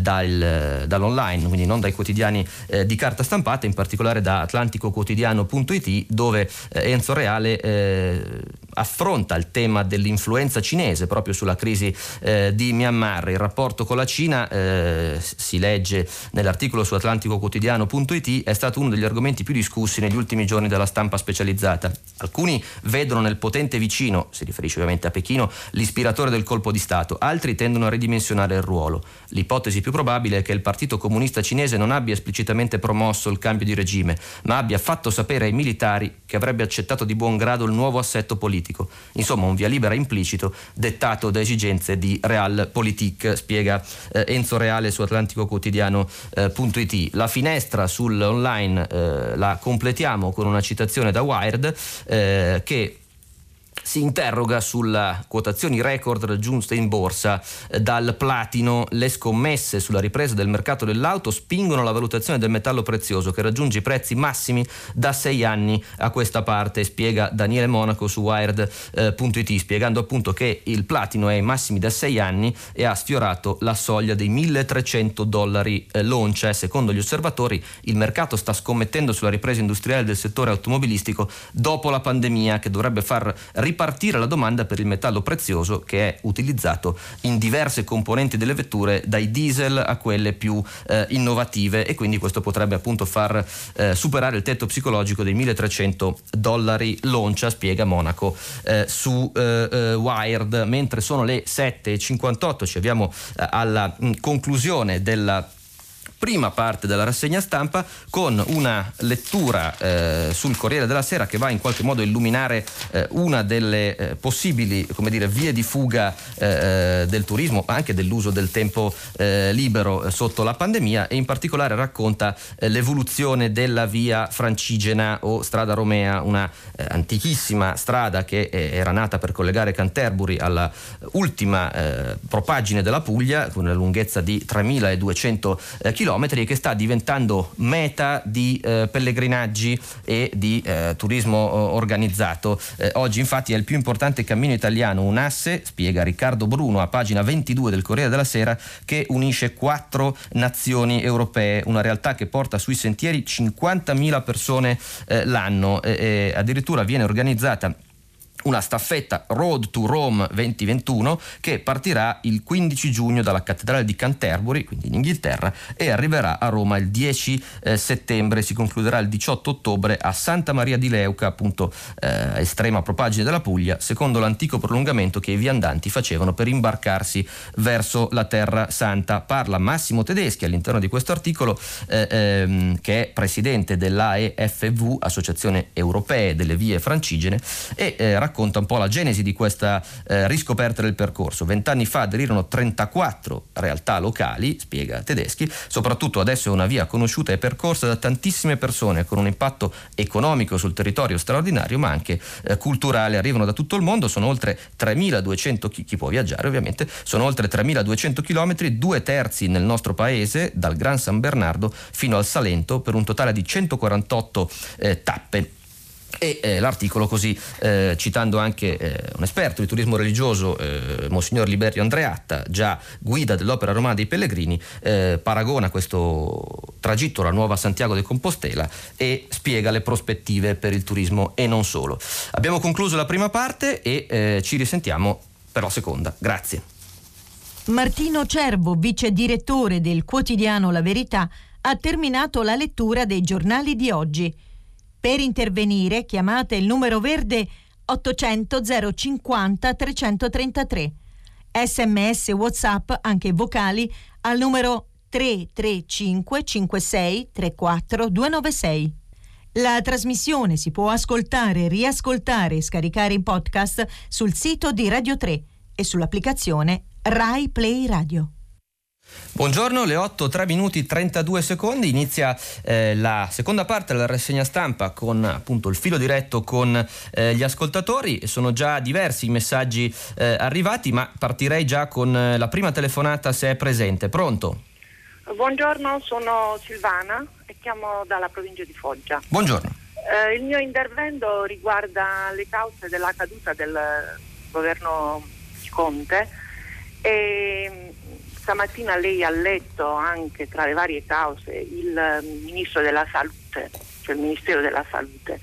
dall'online, quindi non dai quotidiani di carta stampata, in particolare da atlanticoquotidiano.it, dove Enzo Reale affronta il tema dell'influenza cinese proprio sulla crisi di Myanmar. Il rapporto con la Cina, si legge nell'articolo su atlanticoquotidiano.it, è stato uno degli argomenti più discussi negli ultimi giorni dalla stampa specializzata. Alcuni vedono nel potente vicino, si riferisce ovviamente a Pechino, l'ispiratore del colpo di Stato, altri tendono a ridimensionare il ruolo. L'ipotesi più probabile è che il Partito Comunista Cinese non abbia esplicitamente promosso il cambio di regime, ma abbia fatto sapere ai militari che avrebbe accettato di buon grado il nuovo assetto politico. Insomma, un via libera implicito dettato da esigenze di realpolitik, spiega Enzo Reale su atlanticoquotidiano.it. La finestra sull'online la completiamo con una citazione da Wired che si interroga sulle quotazioni record raggiunte in borsa dal platino. Le scommesse sulla ripresa del mercato dell'auto spingono la valutazione del metallo prezioso, che raggiunge i prezzi massimi da 6 anni a questa parte, spiega Daniele Monaco su Wired.it, spiegando appunto che il platino è ai massimi da 6 anni e ha sfiorato la soglia dei $1.300 l'oncia. Secondo gli osservatori, il mercato sta scommettendo sulla ripresa industriale del settore automobilistico dopo la pandemia, che dovrebbe far ripartire la domanda per il metallo prezioso, che è utilizzato in diverse componenti delle vetture, dai diesel a quelle più innovative, e quindi questo potrebbe appunto far superare il tetto psicologico dei $1.300 l'oncia, spiega Monaco su Wired. Mentre sono le 7:58, ci avviamo alla conclusione della prima parte della rassegna stampa con una lettura sul Corriere della Sera che va in qualche modo a illuminare una delle possibili, come dire, vie di fuga del turismo, ma anche dell'uso del tempo libero sotto la pandemia, e in particolare racconta l'evoluzione della via Francigena o strada Romea, una antichissima strada che era nata per collegare Canterbury alla ultima propaggine della Puglia, con una lunghezza di 3.200 chilometri, e che sta diventando meta di pellegrinaggi e di turismo organizzato. Oggi infatti è il più importante cammino italiano, un asse, spiega Riccardo Bruno a pagina 22 del Corriere della Sera, che unisce 4 nazioni europee, una realtà che porta sui sentieri 50.000 persone l'anno, e addirittura viene organizzata una staffetta Road to Rome 2021 che partirà il 15 giugno dalla cattedrale di Canterbury, quindi in Inghilterra, e arriverà a Roma il 10 settembre. Si concluderà il 18 ottobre a Santa Maria di Leuca, appunto estrema propaggine della Puglia, secondo l'antico prolungamento che i viandanti facevano per imbarcarsi verso la Terra Santa. Parla Massimo Tedeschi all'interno di questo articolo, che è presidente dell'AEFV, Associazione Europee delle Vie Francigene, e racconta un po' la genesi di questa riscoperta del percorso. 20 anni fa aderirono 34 realtà locali, spiega Tedeschi. Soprattutto adesso è una via conosciuta e percorsa da tantissime persone, con un impatto economico sul territorio straordinario, ma anche culturale. Arrivano da tutto il mondo, sono oltre 3.200 chi può viaggiare ovviamente, sono oltre 3.200 chilometri, 2/3 nel nostro paese, dal Gran San Bernardo fino al Salento, per un totale di 148 tappe. E l'articolo così, citando anche un esperto di turismo religioso, Monsignor Liberio Andreatta, già guida dell'Opera Romana dei Pellegrini, paragona questo tragitto alla nuova Santiago de Compostela e spiega le prospettive per il turismo e non solo. Abbiamo concluso la prima parte e ci risentiamo per la seconda. Grazie. Martino Cervo, vice direttore del quotidiano La Verità, ha terminato la lettura dei giornali di oggi. Per intervenire chiamate il numero verde 800 050 333. SMS WhatsApp, anche vocali, al numero 335 56 34 296. La trasmissione si può ascoltare, riascoltare e scaricare in podcast sul sito di Radio 3 e sull'applicazione Rai Play Radio. Buongiorno, le 8, 3 minuti 32 secondi, inizia la seconda parte della rassegna stampa con appunto il filo diretto con gli ascoltatori. Sono già diversi i messaggi arrivati, ma partirei già con la prima telefonata, se è presente. Pronto? Buongiorno, sono Silvana e chiamo dalla provincia di Foggia. Buongiorno. Il mio intervento riguarda le cause della caduta del governo Conte e stamattina lei ha letto anche tra le varie cause il ministro della salute, cioè il Ministero della Salute,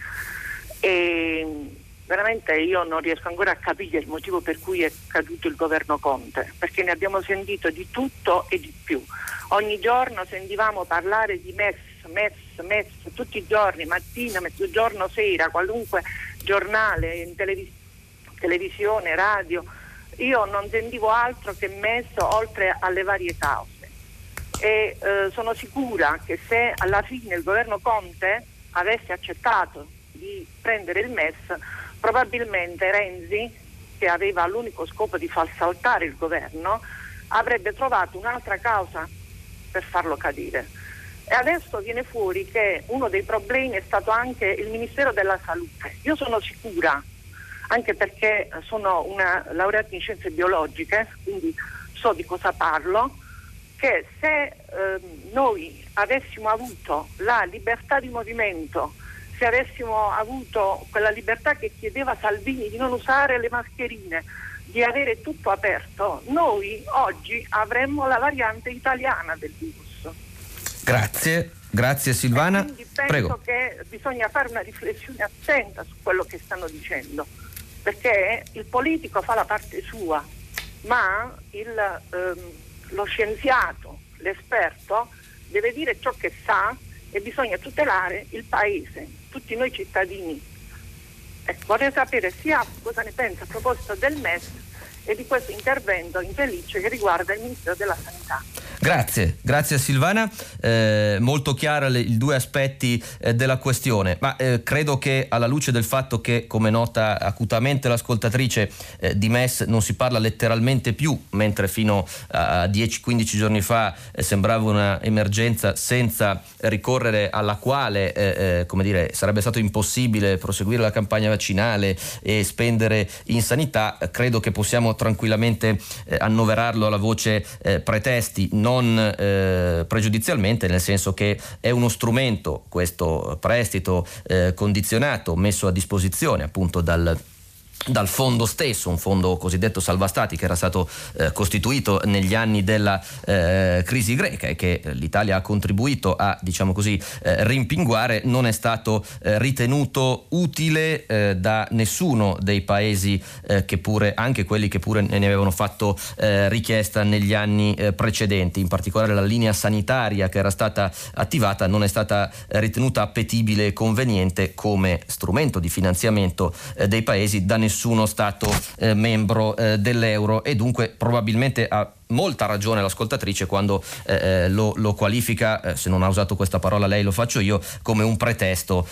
e veramente io non riesco ancora a capire il motivo per cui è caduto il governo Conte, perché ne abbiamo sentito di tutto e di più. Ogni giorno sentivamo parlare di MES, tutti i giorni, mattina, mezzogiorno, sera, qualunque giornale, in televisione, radio. Io non sentivo altro che MES, oltre alle varie cause, e sono sicura che se alla fine il governo Conte avesse accettato di prendere il MES, probabilmente Renzi, che aveva l'unico scopo di far saltare il governo, avrebbe trovato un'altra causa per farlo cadere. E adesso viene fuori che uno dei problemi è stato anche il Ministero della Salute. Io sono sicura, anche perché sono una laureata in scienze biologiche, quindi so di cosa parlo, che se noi avessimo avuto la libertà di movimento, se avessimo avuto quella libertà che chiedeva Salvini di non usare le mascherine, di avere tutto aperto, noi oggi avremmo la variante italiana del virus. Grazie Silvana. Quindi penso Prego. che bisogna fare una riflessione attenta su quello che stanno dicendo, perché il politico fa la parte sua, ma lo scienziato, l'esperto, deve dire ciò che sa e bisogna tutelare il paese, tutti noi cittadini. Vorrei sapere sia cosa ne pensa a proposito del MES e di questo intervento infelice che riguarda il Ministero della Sanità. Grazie Silvana, molto chiaro i due aspetti della questione, ma credo che alla luce del fatto che, come nota acutamente l'ascoltatrice, di MES non si parla letteralmente più, mentre fino a 10-15 giorni fa sembrava una emergenza senza ricorrere alla quale sarebbe stato impossibile proseguire la campagna vaccinale e spendere in sanità, credo che possiamo tranquillamente annoverarlo alla voce pretesti, non pregiudizialmente, nel senso che è uno strumento, questo prestito condizionato, messo a disposizione appunto dal fondo stesso, un fondo cosiddetto salva stati che era stato costituito negli anni della crisi greca e che l'Italia ha contribuito a, rimpinguare, non è stato ritenuto utile da nessuno dei paesi che pure, anche quelli che pure ne avevano fatto richiesta negli anni precedenti. In particolare la linea sanitaria che era stata attivata non è stata ritenuta appetibile e conveniente come strumento di finanziamento dei paesi da nessuno Stato membro dell'euro, e dunque probabilmente ha molta ragione l'ascoltatrice quando lo qualifica, se non ha usato questa parola lei lo faccio io, come un pretesto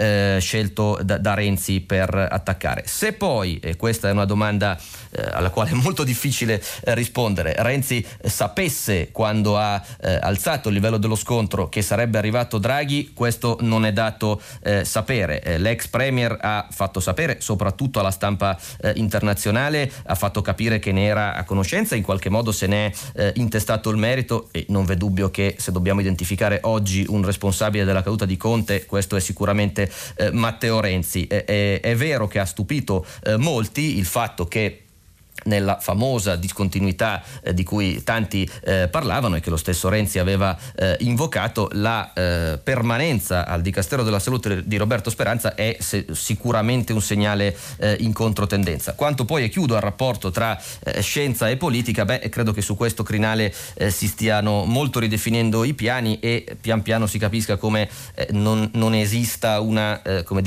scelto da Renzi per attaccare. Se poi, e questa è una domanda alla quale è molto difficile rispondere, Renzi sapesse quando ha alzato il livello dello scontro che sarebbe arrivato Draghi, questo non è dato sapere. L'ex premier ha fatto sapere, soprattutto alla stampa internazionale, ha fatto capire che ne era a conoscenza, in qualche modo se ne è intestato il merito, e non v'è dubbio che se dobbiamo identificare oggi un responsabile della caduta di Conte, questo è sicuramente Matteo Renzi. È vero che ha stupito molti il fatto che nella famosa discontinuità di cui tanti parlavano e che lo stesso Renzi aveva invocato, la permanenza al Dicastero della Salute di Roberto Speranza è sicuramente un segnale in controtendenza. Quanto poi, e chiudo, al rapporto tra scienza e politica, credo che su questo crinale si stiano molto ridefinendo i piani e pian piano si capisca come non esista una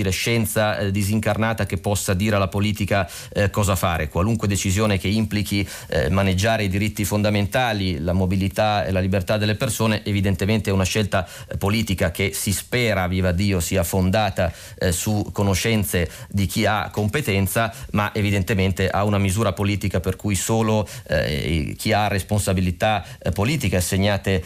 scienza disincarnata che possa dire alla politica cosa fare. Qualunque decisione che implichi maneggiare i diritti fondamentali, la mobilità e la libertà delle persone, evidentemente è una scelta politica che si spera, viva Dio, sia fondata su conoscenze di chi ha competenza, ma evidentemente ha una misura politica per cui solo chi ha responsabilità politiche assegnate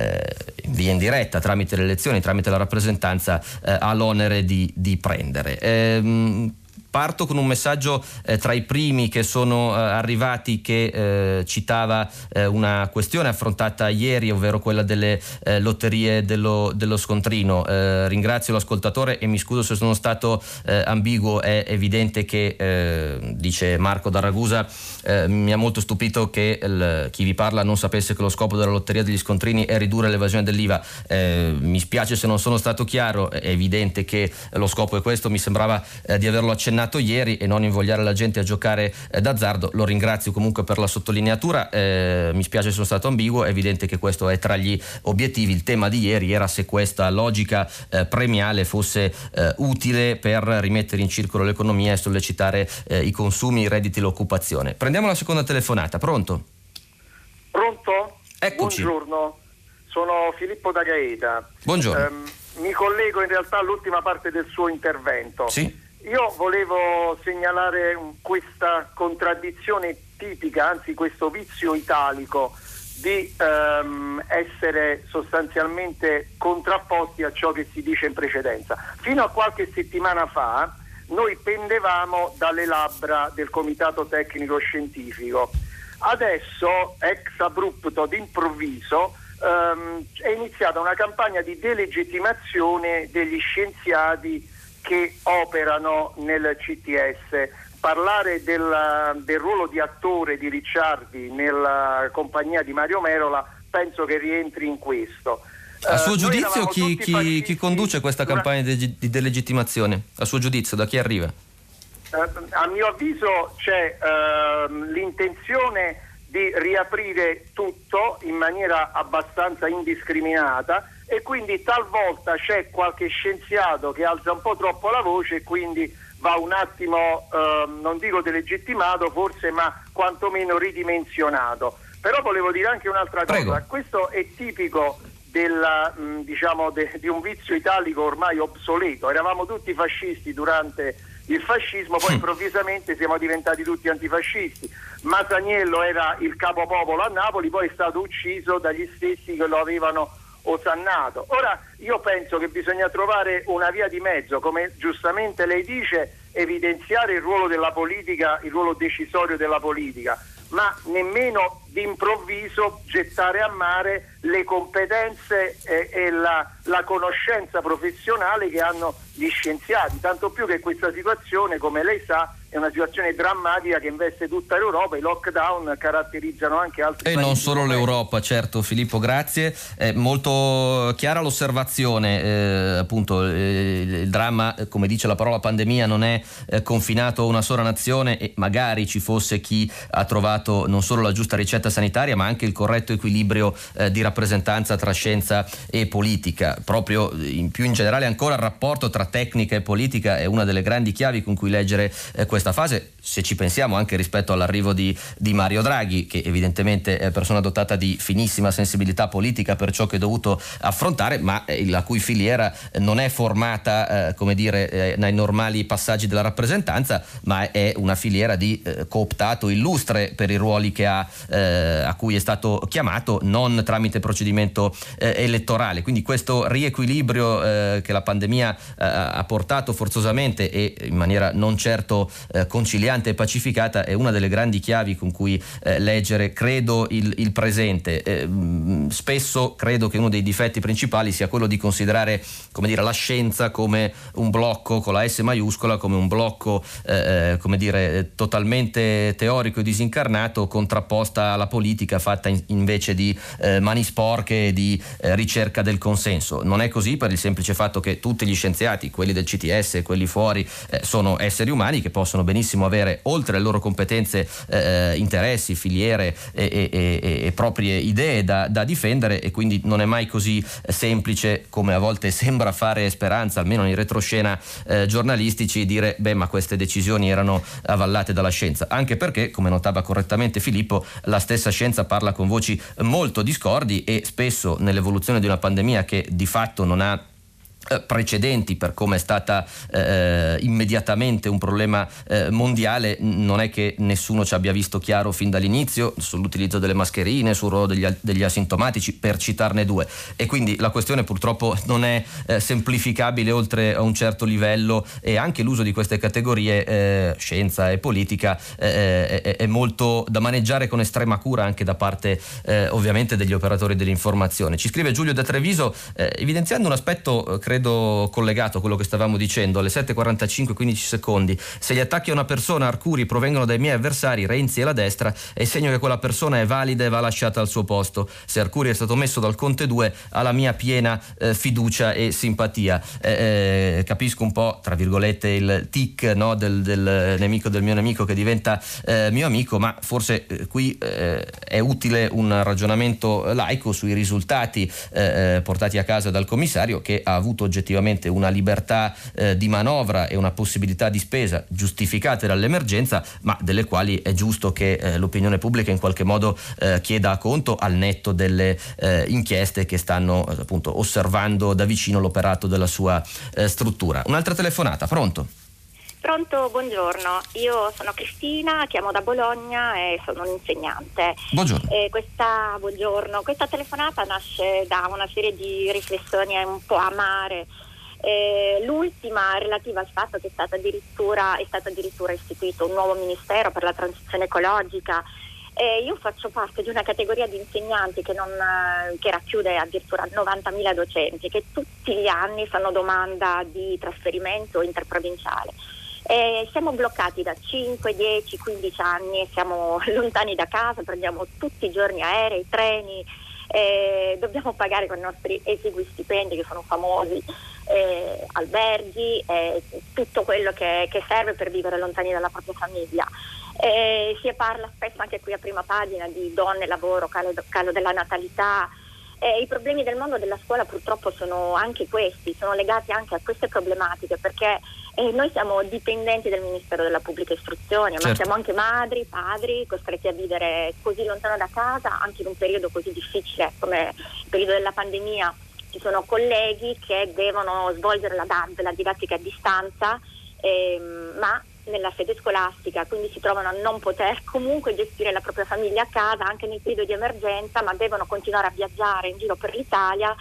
in via indiretta tramite le elezioni, tramite la rappresentanza, ha l'onere di prendere. Parto con un messaggio tra i primi che sono arrivati, che citava una questione affrontata ieri, ovvero quella delle lotterie dello scontrino. Ringrazio l'ascoltatore e mi scuso se sono stato ambiguo. È evidente che, dice Marco da Ragusa, mi ha molto stupito che chi vi parla non sapesse che lo scopo della lotteria degli scontrini è ridurre l'evasione dell'IVA. Mi spiace se non sono stato chiaro, è evidente che lo scopo è questo, mi sembrava di averlo accennato ieri, e non invogliare la gente a giocare d'azzardo. Lo ringrazio comunque per la sottolineatura, mi spiace se sono stato ambiguo, è evidente che questo è tra gli obiettivi. Il tema di ieri era se questa logica premiale fosse utile per rimettere in circolo l'economia e sollecitare i consumi, i redditi e l'occupazione. Prendiamo la seconda telefonata. Pronto? Eccoci. Buongiorno, sono Filippo da Gaeta. Buongiorno. Mi collego in realtà all'ultima parte del suo intervento. Sì. Io volevo segnalare questa contraddizione tipica, anzi questo vizio italico di essere sostanzialmente contrapposti a ciò che si dice in precedenza. Fino a qualche settimana fa noi pendevamo dalle labbra del Comitato Tecnico Scientifico. Adesso, ex abrupto, d'improvviso, è iniziata una campagna di delegittimazione degli scienziati che operano nel CTS. Parlare del ruolo di attore di Ricciardi nella compagnia di Mario Merola penso che rientri in questo. A suo giudizio chi conduce questa campagna di delegittimazione? A suo giudizio da chi arriva? A mio avviso c'è l'intenzione di riaprire tutto in maniera abbastanza indiscriminata, e quindi talvolta c'è qualche scienziato che alza un po' troppo la voce e quindi va un attimo, non dico delegittimato forse, ma quantomeno ridimensionato. Però volevo dire anche un'altra cosa. Prego. Questo è tipico di un vizio italico ormai obsoleto. Eravamo tutti fascisti durante il fascismo, poi improvvisamente siamo diventati tutti antifascisti. Masaniello era il capopopolo a Napoli, poi è stato ucciso dagli stessi che lo avevano osannato. Ora io penso che bisogna trovare una via di mezzo, come giustamente lei dice, evidenziare il ruolo della politica, il ruolo decisorio della politica, ma nemmeno d'improvviso gettare a mare le competenze e la conoscenza professionale che hanno gli scienziati, tanto più che questa situazione, come lei sa, è una situazione drammatica che investe tutta l'Europa. I lockdown caratterizzano anche altri paesi. E non solo l'Europa, certo. Filippo, grazie. È molto chiara l'osservazione, appunto il dramma, come dice la parola pandemia, non è confinato a una sola nazione, e magari ci fosse chi ha trovato non solo la giusta ricetta sanitaria ma anche il corretto equilibrio di rappresentanza tra scienza e politica. Proprio più in generale ancora il rapporto tra tecnica e politica è una delle grandi chiavi con cui leggere questa fase, se ci pensiamo anche rispetto all'arrivo di Mario Draghi, che evidentemente è persona dotata di finissima sensibilità politica per ciò che è dovuto affrontare, ma la cui filiera non è formata nei normali passaggi della rappresentanza, ma è una filiera di cooptato illustre per i ruoli che a cui è stato chiamato, non tramite procedimento elettorale. Quindi questo riequilibrio che la pandemia ha portato forzosamente e in maniera non certo conciliante e pacificata è una delle grandi chiavi con cui leggere, credo, il presente. Spesso credo che uno dei difetti principali sia quello di considerare, la scienza come un blocco con la S maiuscola, come un blocco totalmente teorico e disincarnato, contrapposta alla politica fatta invece di mani sporche e di ricerca del consenso. Non è così, per il semplice fatto che tutti gli scienziati, quelli del CTS e quelli fuori, sono esseri umani che possono benissimo avere, oltre alle loro competenze, interessi, filiere e proprie idee da difendere, e quindi non è mai così semplice, come a volte sembra fare speranza, almeno nei retroscena giornalistici, dire ma queste decisioni erano avallate dalla scienza, anche perché, come notava correttamente Filippo, la stessa scienza parla con voci molto discordi, e spesso nell'evoluzione di una pandemia che di fatto non ha precedenti per come è stata immediatamente un problema mondiale, non è che nessuno ci abbia visto chiaro fin dall'inizio sull'utilizzo delle mascherine, sul ruolo degli asintomatici, per citarne due, e quindi la questione purtroppo non è semplificabile oltre a un certo livello, e anche l'uso di queste categorie, scienza e politica, è molto da maneggiare con estrema cura anche da parte ovviamente degli operatori dell'informazione. Ci scrive Giulio da Treviso, evidenziando un aspetto credo collegato a quello che stavamo dicendo, alle 7:45, 15 secondi. Se gli attacchi a una persona Arcuri provengono dai miei avversari, Renzi e la destra, è segno che quella persona è valida e va lasciata al suo posto. Se Arcuri è stato messo dal Conte 2, ha la mia piena fiducia e simpatia. Capisco un po', tra virgolette, il tic, no, del nemico del mio nemico che diventa mio amico, ma forse qui è utile un ragionamento laico sui risultati portati a casa dal commissario, che ha avuto oggettivamente una libertà di manovra e una possibilità di spesa giustificate dall'emergenza, ma delle quali è giusto che l'opinione pubblica in qualche modo chieda conto, al netto delle inchieste che stanno appunto osservando da vicino l'operato della sua struttura. Un'altra telefonata, pronto? Pronto, buongiorno, io sono Cristina, chiamo da Bologna e sono un'insegnante. Buongiorno. Buongiorno, questa telefonata nasce da una serie di riflessioni un po' amare. L'ultima relativa al fatto che è stato addirittura istituito un nuovo ministero per la transizione ecologica. Io faccio parte di una categoria di insegnanti che racchiude addirittura 90.000 docenti, che tutti gli anni fanno domanda di trasferimento interprovinciale. Siamo bloccati da 5, 10, 15 anni, siamo lontani da casa, prendiamo tutti i giorni aerei, treni, dobbiamo pagare con i nostri esigui stipendi, che sono famosi, alberghi, tutto quello che serve per vivere lontani dalla propria famiglia. Si parla spesso anche qui a Prima Pagina di donne, lavoro, calo della natalità. I problemi del mondo della scuola purtroppo sono anche questi, sono legati anche a queste problematiche, perché noi siamo dipendenti del Ministero della Pubblica Istruzione, ma siamo anche madri, padri, costretti a vivere così lontano da casa, anche in un periodo così difficile come il periodo della pandemia. Ci sono colleghi che devono svolgere la didattica a distanza, ma nella sede scolastica, quindi si trovano a non poter comunque gestire la propria famiglia a casa anche nel periodo di emergenza, ma devono continuare a viaggiare in giro per l'Italia,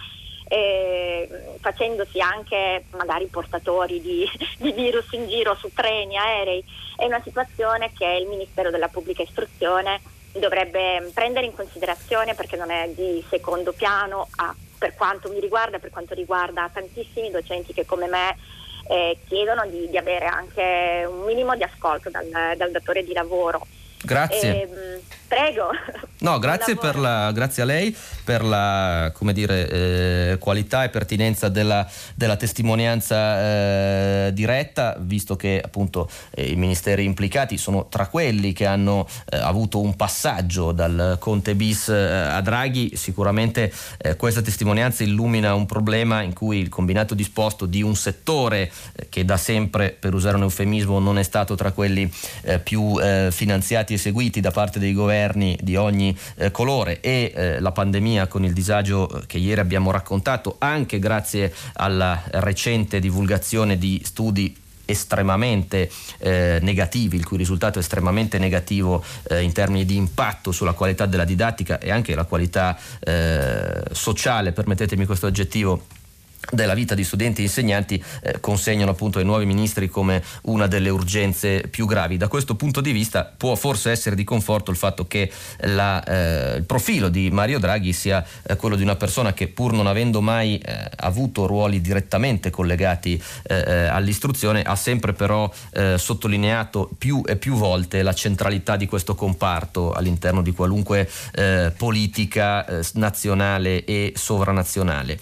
facendosi anche magari portatori di virus in giro su treni, aerei. È una situazione che il Ministero della Pubblica Istruzione dovrebbe prendere in considerazione, perché non è di secondo piano per quanto mi riguarda, per quanto riguarda tantissimi docenti che come me chiedono di avere anche un minimo di ascolto dal datore di lavoro. Grazie. Prego. No, grazie grazie a lei per la qualità e pertinenza della testimonianza diretta, visto che appunto i ministeri implicati sono tra quelli che hanno avuto un passaggio dal Conte bis a Draghi. Sicuramente questa testimonianza illumina un problema in cui il combinato disposto di un settore che da sempre, per usare un eufemismo, non è stato tra quelli più finanziati e seguiti da parte dei governi di ogni colore, e la pandemia con il disagio che ieri abbiamo raccontato, anche grazie alla recente divulgazione di studi estremamente negativi, il cui risultato è estremamente negativo in termini di impatto sulla qualità della didattica e anche la qualità sociale, permettetemi questo aggettivo, della vita di studenti e insegnanti, consegnano appunto ai nuovi ministri come una delle urgenze più gravi. Da questo punto di vista può forse essere di conforto il fatto che il profilo di Mario Draghi sia quello di una persona che, pur non avendo mai avuto ruoli direttamente collegati all'istruzione, ha sempre però sottolineato più e più volte la centralità di questo comparto all'interno di qualunque politica nazionale e sovranazionale.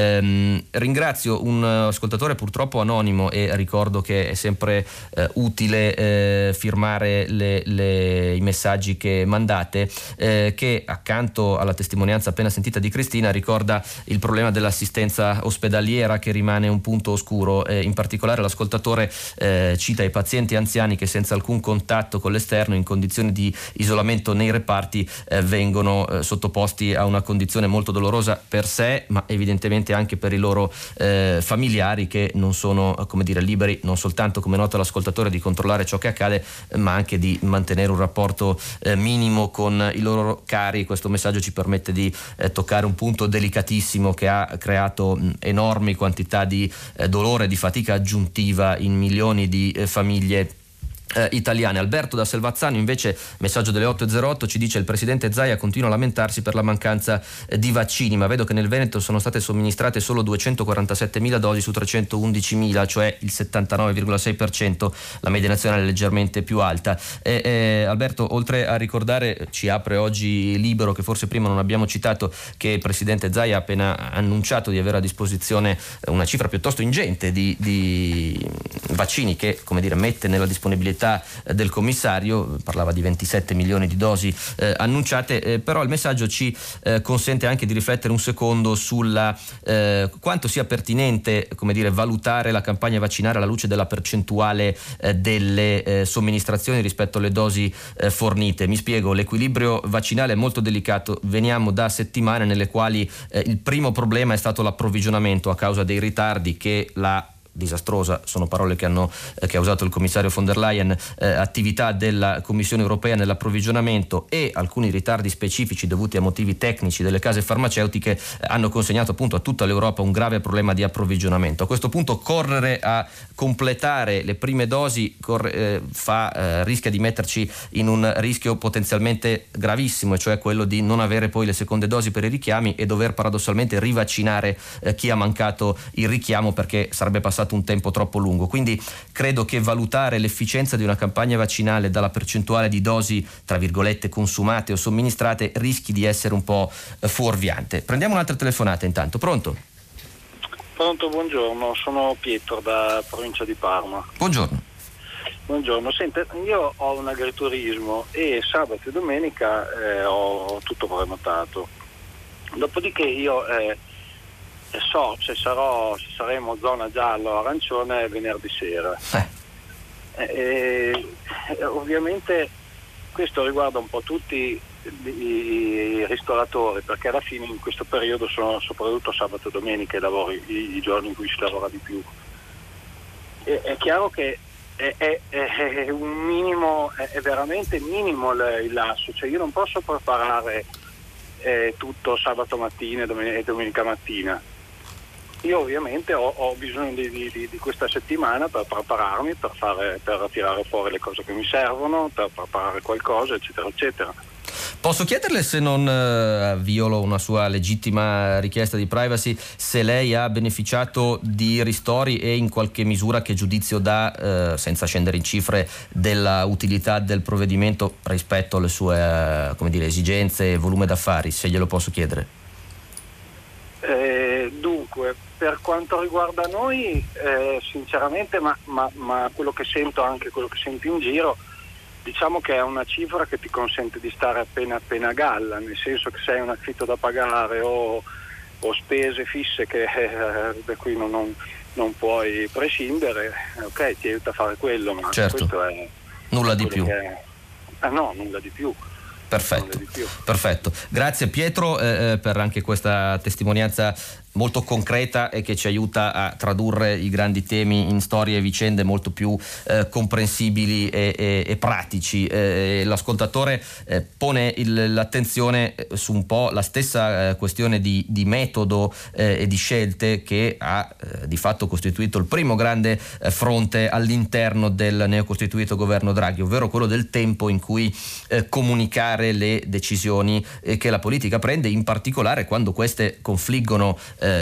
Ringrazio un ascoltatore purtroppo anonimo, e ricordo che è sempre utile firmare i messaggi che mandate, che accanto alla testimonianza appena sentita di Cristina ricorda il problema dell'assistenza ospedaliera, che rimane un punto oscuro. In particolare l'ascoltatore cita i pazienti anziani che senza alcun contatto con l'esterno, in condizioni di isolamento nei reparti, vengono sottoposti a una condizione molto dolorosa per sé, ma evidentemente anche per i loro familiari, che non sono liberi non soltanto, come nota l'ascoltatore, di controllare ciò che accade, ma anche di mantenere un rapporto minimo con i loro cari. Questo messaggio ci permette di toccare un punto delicatissimo che ha creato enormi quantità di dolore e di fatica aggiuntiva in milioni di famiglie italiane. Alberto da Selvazzano invece, messaggio delle 8.08, ci dice: il presidente Zaia continua a lamentarsi per la mancanza di vaccini, ma vedo che nel Veneto sono state somministrate solo 247.000 dosi su 311.000, cioè il 79,6%, la media nazionale è leggermente più alta. Alberto, oltre a ricordare, ci apre oggi Libero, che forse prima non abbiamo citato, che il presidente Zaia ha appena annunciato di avere a disposizione una cifra piuttosto ingente di vaccini che, mette nella disponibilità del commissario. Parlava di 27 milioni di dosi annunciate, però il messaggio ci consente anche di riflettere un secondo sulla quanto sia pertinente valutare la campagna vaccinale alla luce della percentuale delle somministrazioni rispetto alle dosi fornite. Mi spiego: l'equilibrio vaccinale è molto delicato. Veniamo da settimane nelle quali il primo problema è stato l'approvvigionamento a causa dei ritardi che disastrosa, sono parole che ha usato il commissario von der Leyen, attività della Commissione europea nell'approvvigionamento e alcuni ritardi specifici dovuti a motivi tecnici delle case farmaceutiche hanno consegnato appunto a tutta l'Europa un grave problema di approvvigionamento. A questo punto correre a completare le prime dosi rischia di metterci in un rischio potenzialmente gravissimo, e cioè quello di non avere poi le seconde dosi per i richiami e dover paradossalmente rivaccinare chi ha mancato il richiamo perché sarebbe passato un tempo troppo lungo. Quindi credo che valutare l'efficienza di una campagna vaccinale dalla percentuale di dosi tra virgolette consumate o somministrate rischi di essere un po' fuorviante. Prendiamo un'altra telefonata intanto. Pronto? Pronto, buongiorno, sono Pietro da provincia di Parma. Buongiorno. Buongiorno, senta, io ho un agriturismo e sabato e domenica ho tutto prenotato. Dopodiché io so se saremo zona giallo o arancione venerdì sera. Ovviamente questo riguarda un po' tutti i ristoratori, perché alla fine in questo periodo sono soprattutto sabato e domenica i giorni in cui si lavora di più. È chiaro che è un minimo, è veramente minimo il lasso, cioè io non posso preparare tutto sabato mattina e domenica mattina. Io ovviamente ho bisogno di questa settimana per prepararmi, per tirare fuori le cose che mi servono, per preparare qualcosa, eccetera, eccetera. Posso chiederle, se non violo una sua legittima richiesta di privacy, se lei ha beneficiato di ristori e in qualche misura che giudizio dà, senza scendere in cifre, della utilità del provvedimento rispetto alle sue esigenze e volume d'affari, se glielo posso chiedere? Dunque, per quanto riguarda noi, sinceramente, ma quello che sento, anche quello che sento in giro, diciamo che è una cifra che ti consente di stare appena a galla, nel senso che se hai un affitto da pagare o spese fisse da cui non puoi prescindere, ok, ti aiuta a fare quello, ma certo, questo è nulla di più. No, nulla di più. Perfetto. Grazie Pietro per anche questa testimonianza molto concreta e che ci aiuta a tradurre i grandi temi in storie e vicende molto più comprensibili e pratici. L'ascoltatore pone l'attenzione su un po' la stessa questione di metodo e di scelte che ha di fatto costituito il primo grande fronte all'interno del neocostituito governo Draghi, ovvero quello del tempo in cui comunicare le decisioni che la politica prende, in particolare quando queste confliggono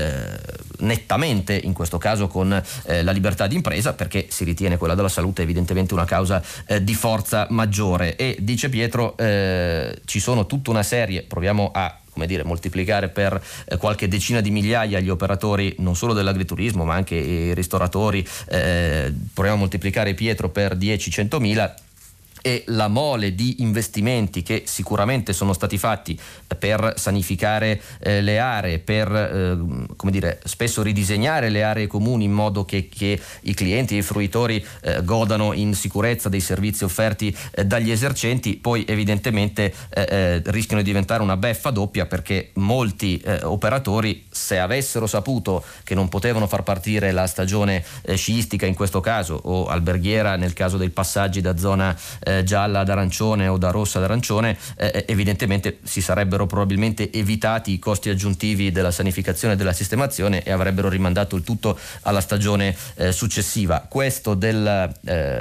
nettamente, in questo caso con la libertà di impresa, perché si ritiene quella della salute evidentemente una causa di forza maggiore. E dice Pietro, ci sono tutta una serie, proviamo a moltiplicare per qualche decina di migliaia gli operatori non solo dell'agriturismo ma anche i ristoratori, proviamo a moltiplicare Pietro per 10-100.000, e la mole di investimenti che sicuramente sono stati fatti per sanificare le aree, per spesso ridisegnare le aree comuni in modo che i clienti e i fruitori godano in sicurezza dei servizi offerti dagli esercenti, poi evidentemente rischiano di diventare una beffa doppia, perché molti operatori, se avessero saputo che non potevano far partire la stagione sciistica in questo caso, o alberghiera nel caso dei passaggi da zona gialla ad arancione o da rossa ad arancione, evidentemente si sarebbero probabilmente evitati i costi aggiuntivi della sanificazione e della sistemazione e avrebbero rimandato il tutto alla stagione successiva. Questo del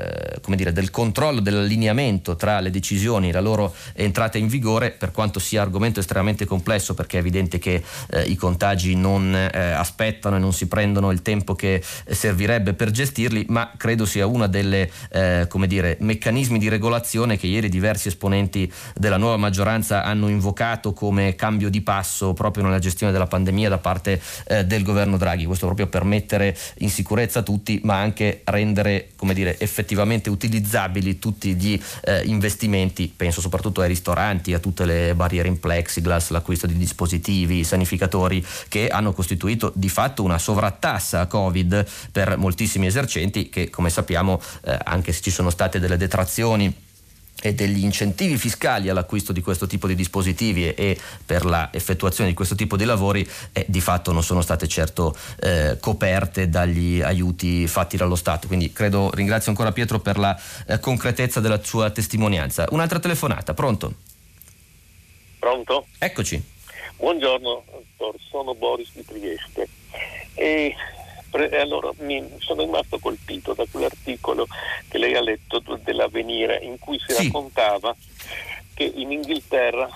controllo, dell'allineamento tra le decisioni e la loro entrata in vigore, per quanto sia argomento estremamente complesso, perché è evidente che i contagi non aspettano e non si prendono il tempo che servirebbe per gestirli, ma credo sia una delle meccanismi di regolazione che ieri diversi esponenti della nuova maggioranza hanno invocato come cambio di passo proprio nella gestione della pandemia da parte del governo Draghi. Questo proprio per mettere in sicurezza tutti, ma anche rendere effettivamente utilizzabili tutti gli investimenti. Penso soprattutto ai ristoranti, a tutte le barriere in plexiglass, l'acquisto di dispositivi, sanificatori, che hanno costituito di fatto una sovrattassa Covid per moltissimi esercenti che, come sappiamo, anche se ci sono state delle detrazioni e degli incentivi fiscali all'acquisto di questo tipo di dispositivi e per la effettuazione di questo tipo di lavori, di fatto non sono state certo coperte dagli aiuti fatti dallo Stato. Quindi ringrazio ancora Pietro per la concretezza della sua testimonianza. Un'altra telefonata, pronto? Pronto? Eccoci. Buongiorno, sono Boris di Trieste. Allora mi sono rimasto colpito da quell'articolo che lei ha letto dell'Avvenire, in cui si raccontava che in Inghilterra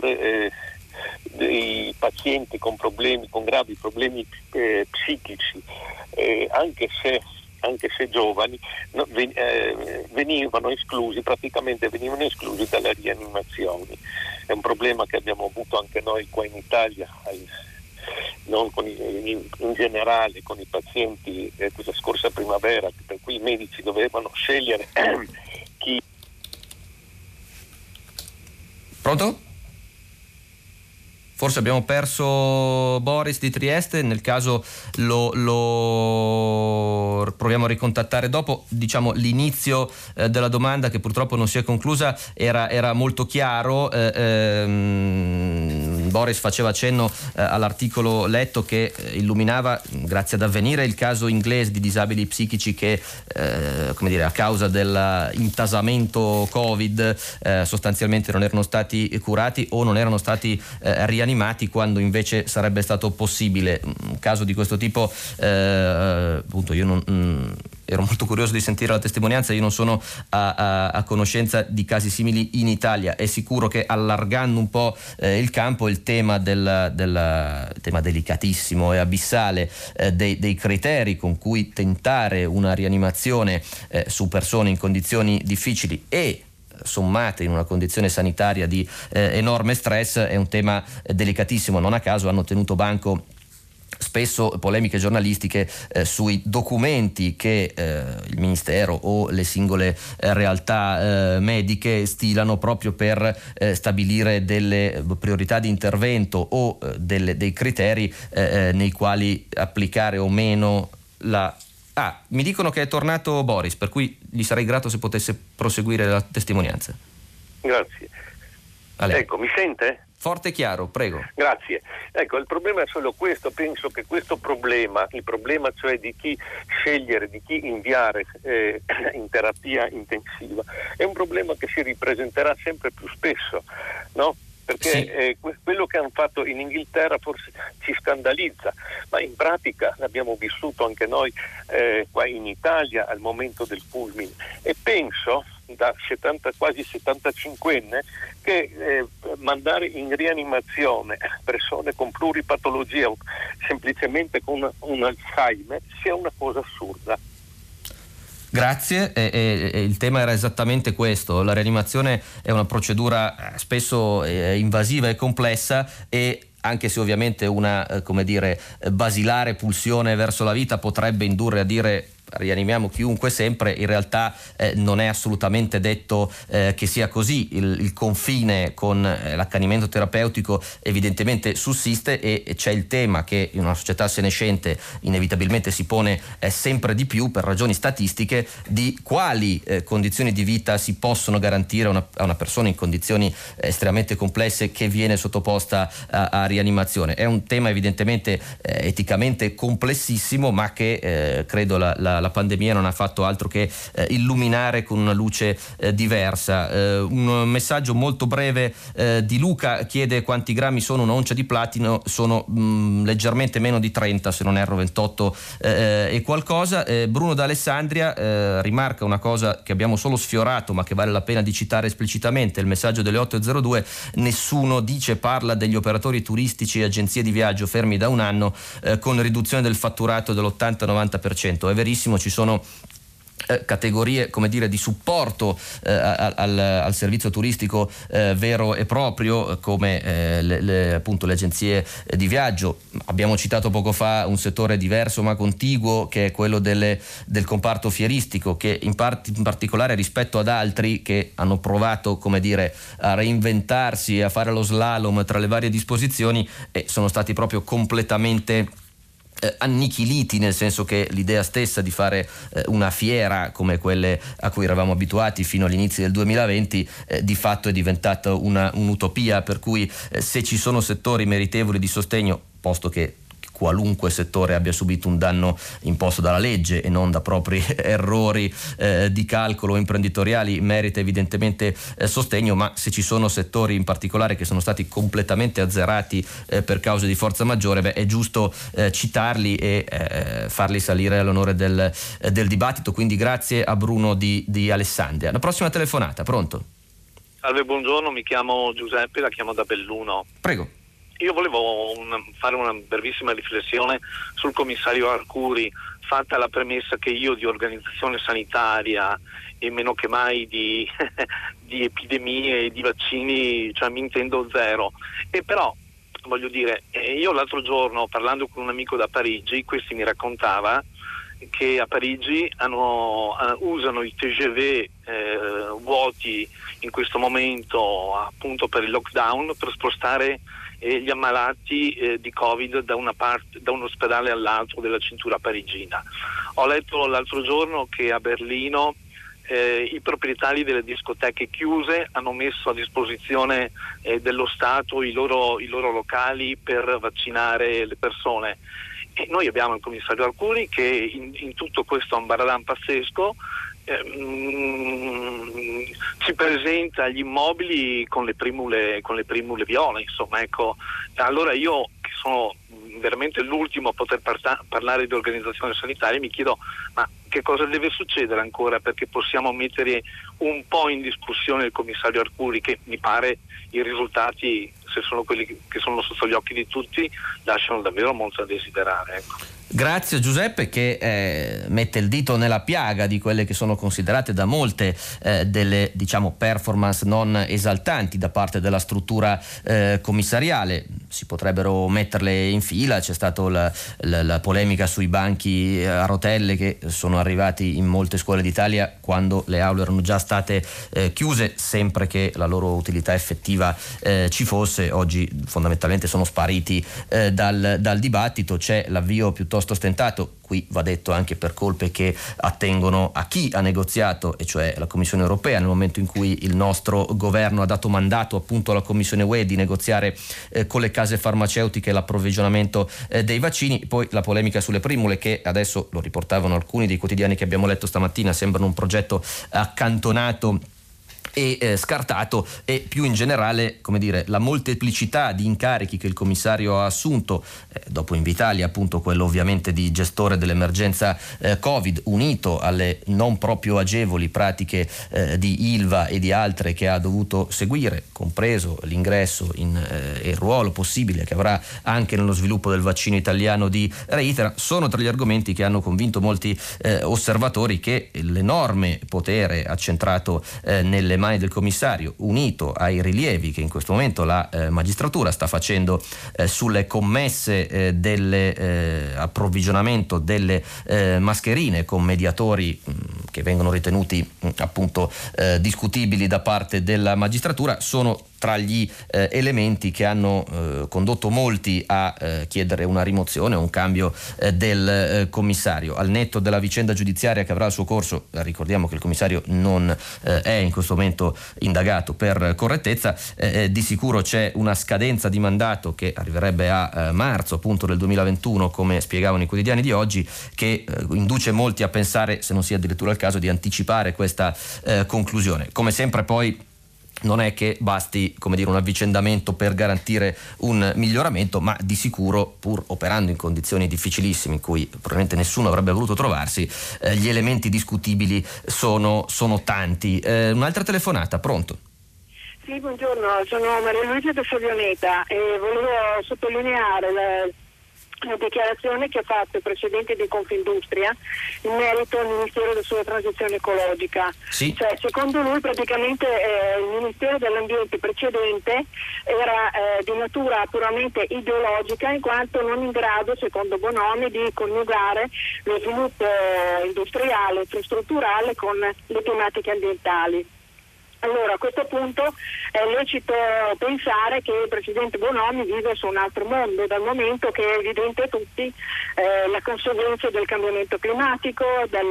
dei pazienti con gravi problemi psichici, anche se giovani, venivano esclusi dalle rianimazioni. È un problema che abbiamo avuto anche noi qua in Italia, non in generale con i pazienti questa scorsa primavera, per cui i medici dovevano scegliere chi. Pronto? Forse abbiamo perso Boris di Trieste, nel caso lo proviamo a ricontattare dopo. Diciamo l'inizio della domanda, che purtroppo non si è conclusa, era molto chiaro. Boris faceva cenno all'articolo letto che illuminava, grazie ad Avvenire, il caso inglese di disabili psichici che a causa dell'intasamento Covid sostanzialmente non erano stati curati o non erano stati rianimati quando invece sarebbe stato possibile. Un caso di questo tipo, appunto, io ero molto curioso di sentire la testimonianza. Io non sono a conoscenza di casi simili in Italia. È sicuro che, allargando un po' il campo, il tema tema delicatissimo e abissale dei criteri con cui tentare una rianimazione su persone in condizioni difficili e sommate in una condizione sanitaria di enorme stress è un tema delicatissimo. Non a caso hanno tenuto banco spesso polemiche giornalistiche sui documenti che il Ministero o le singole realtà mediche stilano proprio per stabilire delle priorità di intervento o dei criteri nei quali applicare o meno la... mi dicono che è tornato Boris, per cui gli sarei grato se potesse proseguire la testimonianza. Grazie. Ecco, mi sente? Forte e chiaro, prego. Grazie. Ecco, il problema è solo questo. Penso che questo problema, il problema cioè di chi scegliere, di chi inviare in terapia intensiva, è un problema che si ripresenterà sempre più spesso, no? Perché sì, quello che hanno fatto in Inghilterra forse ci scandalizza, ma in pratica l'abbiamo vissuto anche noi qua in Italia al momento del culmine, e penso da quasi 75enne che mandare in rianimazione persone con pluripatologia o semplicemente con un Alzheimer sia una cosa assurda. Grazie, il tema era esattamente questo. La rianimazione è una procedura spesso invasiva e complessa, e anche se ovviamente una basilare pulsione verso la vita potrebbe indurre a dire rianimiamo chiunque sempre, in realtà non è assolutamente detto che sia così. Il confine con l'accanimento terapeutico evidentemente sussiste, e c'è il tema che in una società senescente inevitabilmente si pone sempre di più per ragioni statistiche di quali condizioni di vita si possono garantire a una persona in condizioni estremamente complesse che viene sottoposta a rianimazione. È un tema evidentemente eticamente complessissimo, ma che credo la pandemia non ha fatto altro che illuminare con una luce diversa. Un messaggio molto breve di Luca chiede quanti grammi sono un'oncia di platino. Sono leggermente meno di 30, se non erro 28 e qualcosa. Bruno da Alessandria rimarca una cosa che abbiamo solo sfiorato ma che vale la pena di citare esplicitamente: il messaggio delle 8.02, nessuno parla degli operatori turistici e agenzie di viaggio fermi da un anno con riduzione del fatturato dell'80-90%. È verissimo, ci sono categorie di supporto al servizio turistico vero e proprio, come appunto le agenzie di viaggio. Abbiamo citato poco fa un settore diverso ma contiguo, che è quello del comparto fieristico, che in particolare rispetto ad altri che hanno provato a reinventarsi e a fare lo slalom tra le varie disposizioni, e sono stati proprio completamente annichiliti, nel senso che l'idea stessa di fare una fiera come quelle a cui eravamo abituati fino agli inizi del 2020 di fatto è diventata un'utopia, per cui se ci sono settori meritevoli di sostegno, posto che qualunque settore abbia subito un danno imposto dalla legge e non da propri errori di calcolo imprenditoriali, merita evidentemente sostegno, ma se ci sono settori in particolare che sono stati completamente azzerati per cause di forza maggiore, è giusto citarli e farli salire all'onore del dibattito. Quindi grazie a Bruno di Alessandria. La prossima telefonata, pronto? Salve, buongiorno, mi chiamo Giuseppe, la chiamo da Belluno. Prego. Io volevo fare una brevissima riflessione sul commissario Arcuri, fatta la premessa che io di organizzazione sanitaria e meno che mai di epidemie e di vaccini mi intendo zero. E però voglio dire, io l'altro giorno parlando con un amico da Parigi, questi mi raccontava che a Parigi usano i TGV vuoti in questo momento appunto per il lockdown, per spostare gli ammalati di Covid da un ospedale all'altro della cintura parigina. Ho letto l'altro giorno che a Berlino i proprietari delle discoteche chiuse hanno messo a disposizione dello Stato i loro locali per vaccinare le persone. E noi abbiamo il commissario Arcuri che in tutto questo ambaradan pazzesco ci presenta gli immobili con le primule viola, insomma, ecco. Allora io, che sono veramente l'ultimo a poter parlare di organizzazione sanitaria, mi chiedo ma che cosa deve succedere ancora perché possiamo mettere un po' in discussione il commissario Arcuri, che mi pare i risultati, se sono quelli che sono sotto gli occhi di tutti, lasciano davvero molto a desiderare, ecco. Grazie Giuseppe, che mette il dito nella piaga di quelle che sono considerate da molte delle, diciamo, performance non esaltanti da parte della struttura commissariale. Si potrebbero metterle in fila, c'è stata la polemica sui banchi a rotelle che sono arrivati in molte scuole d'Italia quando le aule erano già state chiuse, sempre che la loro utilità effettiva ci fosse. Oggi fondamentalmente sono spariti dal dibattito. C'è l'avvio piuttosto stentato, qui va detto anche per colpe che attengono a chi ha negoziato, e cioè la Commissione Europea, nel momento in cui il nostro governo ha dato mandato appunto alla Commissione UE di negoziare con le case farmaceutiche l'approvvigionamento dei vaccini. Poi la polemica sulle primule, che adesso, lo riportavano alcuni dei quotidiani che abbiamo letto stamattina, sembrano un progetto accantonato e scartato, e più in generale, come dire, la molteplicità di incarichi che il commissario ha assunto dopo Invitalia, appunto quello ovviamente di gestore dell'emergenza Covid, unito alle non proprio agevoli pratiche di Ilva e di altre che ha dovuto seguire, compreso l'ingresso e il ruolo possibile che avrà anche nello sviluppo del vaccino italiano di Reithera, sono tra gli argomenti che hanno convinto molti osservatori che l'enorme potere accentrato nelle mani del commissario, unito ai rilievi che in questo momento la magistratura sta facendo sulle commesse dell'approvvigionamento delle mascherine con mediatori che vengono ritenuti appunto discutibili da parte della magistratura, sono tra gli elementi che hanno condotto molti a chiedere una rimozione o un cambio del commissario. Al netto della vicenda giudiziaria che avrà il suo corso, ricordiamo che il commissario non è in questo momento indagato per correttezza, di sicuro c'è una scadenza di mandato che arriverebbe a marzo appunto del 2021, come spiegavano i quotidiani di oggi, che induce molti a pensare se non sia addirittura il caso di anticipare questa conclusione. Come sempre poi non è che basti, come dire, un avvicendamento per garantire un miglioramento, ma di sicuro, pur operando in condizioni difficilissime in cui probabilmente nessuno avrebbe voluto trovarsi, gli elementi discutibili sono tanti. Un'altra telefonata, pronto? Sì, buongiorno, sono Maria Luisa da Savioneta e volevo sottolineare la dichiarazione che ha fatto il presidente di Confindustria in merito al Ministero sulla transizione ecologica. Sì. Cioè, secondo lui praticamente il Ministero dell'Ambiente precedente era di natura puramente ideologica, in quanto non in grado, secondo Bonomi, di coniugare lo sviluppo industriale e infrastrutturale con le tematiche ambientali. Allora, a questo punto è lecito pensare che il Presidente Bonomi vive su un altro mondo, dal momento che è evidente a tutti la conseguenza del cambiamento climatico,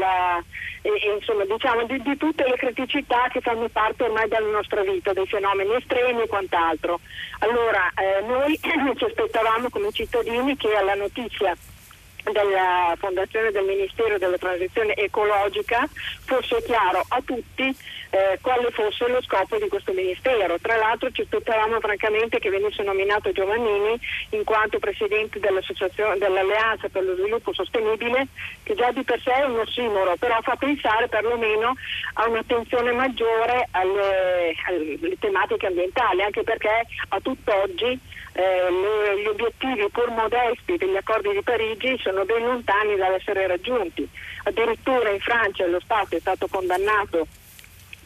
insomma, diciamo, di tutte le criticità che fanno parte ormai della nostra vita, dei fenomeni estremi e quant'altro. Allora, noi ci aspettavamo come cittadini che alla notizia della fondazione del Ministero della Transizione Ecologica fosse chiaro a tutti quale fosse lo scopo di questo Ministero. Tra l'altro ci aspettavamo francamente che venisse nominato Giovannini in quanto presidente dell'associazione dell'Alleanza per lo Sviluppo Sostenibile, che già di per sé è un ossimoro, però fa pensare perlomeno a un'attenzione maggiore alle tematiche ambientali, anche perché a tutt'oggi gli obiettivi pur modesti degli accordi di Parigi sono ben lontani dall'essere raggiunti. Addirittura in Francia lo Stato è stato condannato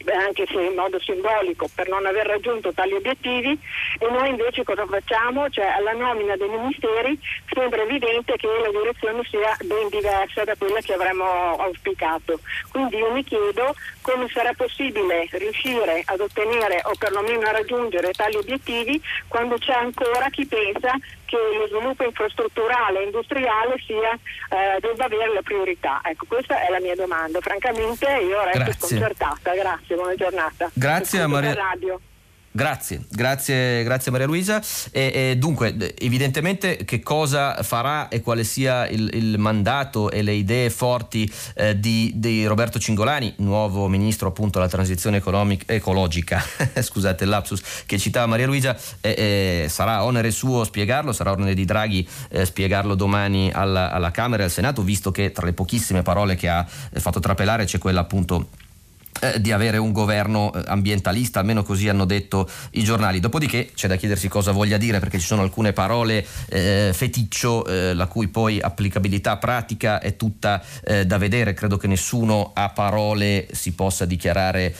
anche se in modo simbolico, per non aver raggiunto tali obiettivi. E noi invece cosa facciamo? Cioè, alla nomina dei ministeri sembra evidente che la direzione sia ben diversa da quella che avremmo auspicato. Quindi io mi chiedo come sarà possibile riuscire ad ottenere o perlomeno a raggiungere tali obiettivi quando c'è ancora chi pensa che lo sviluppo infrastrutturale e industriale debba avere la priorità. Ecco, questa è la mia domanda. Francamente io resto sconcertata. Grazie, buona giornata. Grazie a Maria. Grazie Maria Luisa. E dunque, evidentemente, che cosa farà e quale sia il mandato e le idee forti di Roberto Cingolani, nuovo ministro appunto alla transizione ecologica, scusate il lapsus che citava Maria Luisa, sarà onere suo spiegarlo, sarà onere di Draghi spiegarlo domani alla Camera e al Senato, visto che tra le pochissime parole che ha fatto trapelare c'è quella appunto di avere un governo ambientalista, almeno così hanno detto i giornali. Dopodiché c'è da chiedersi cosa voglia dire, perché ci sono alcune parole feticcio, la cui poi applicabilità pratica è tutta da vedere. Credo che nessuno a parole si possa dichiarare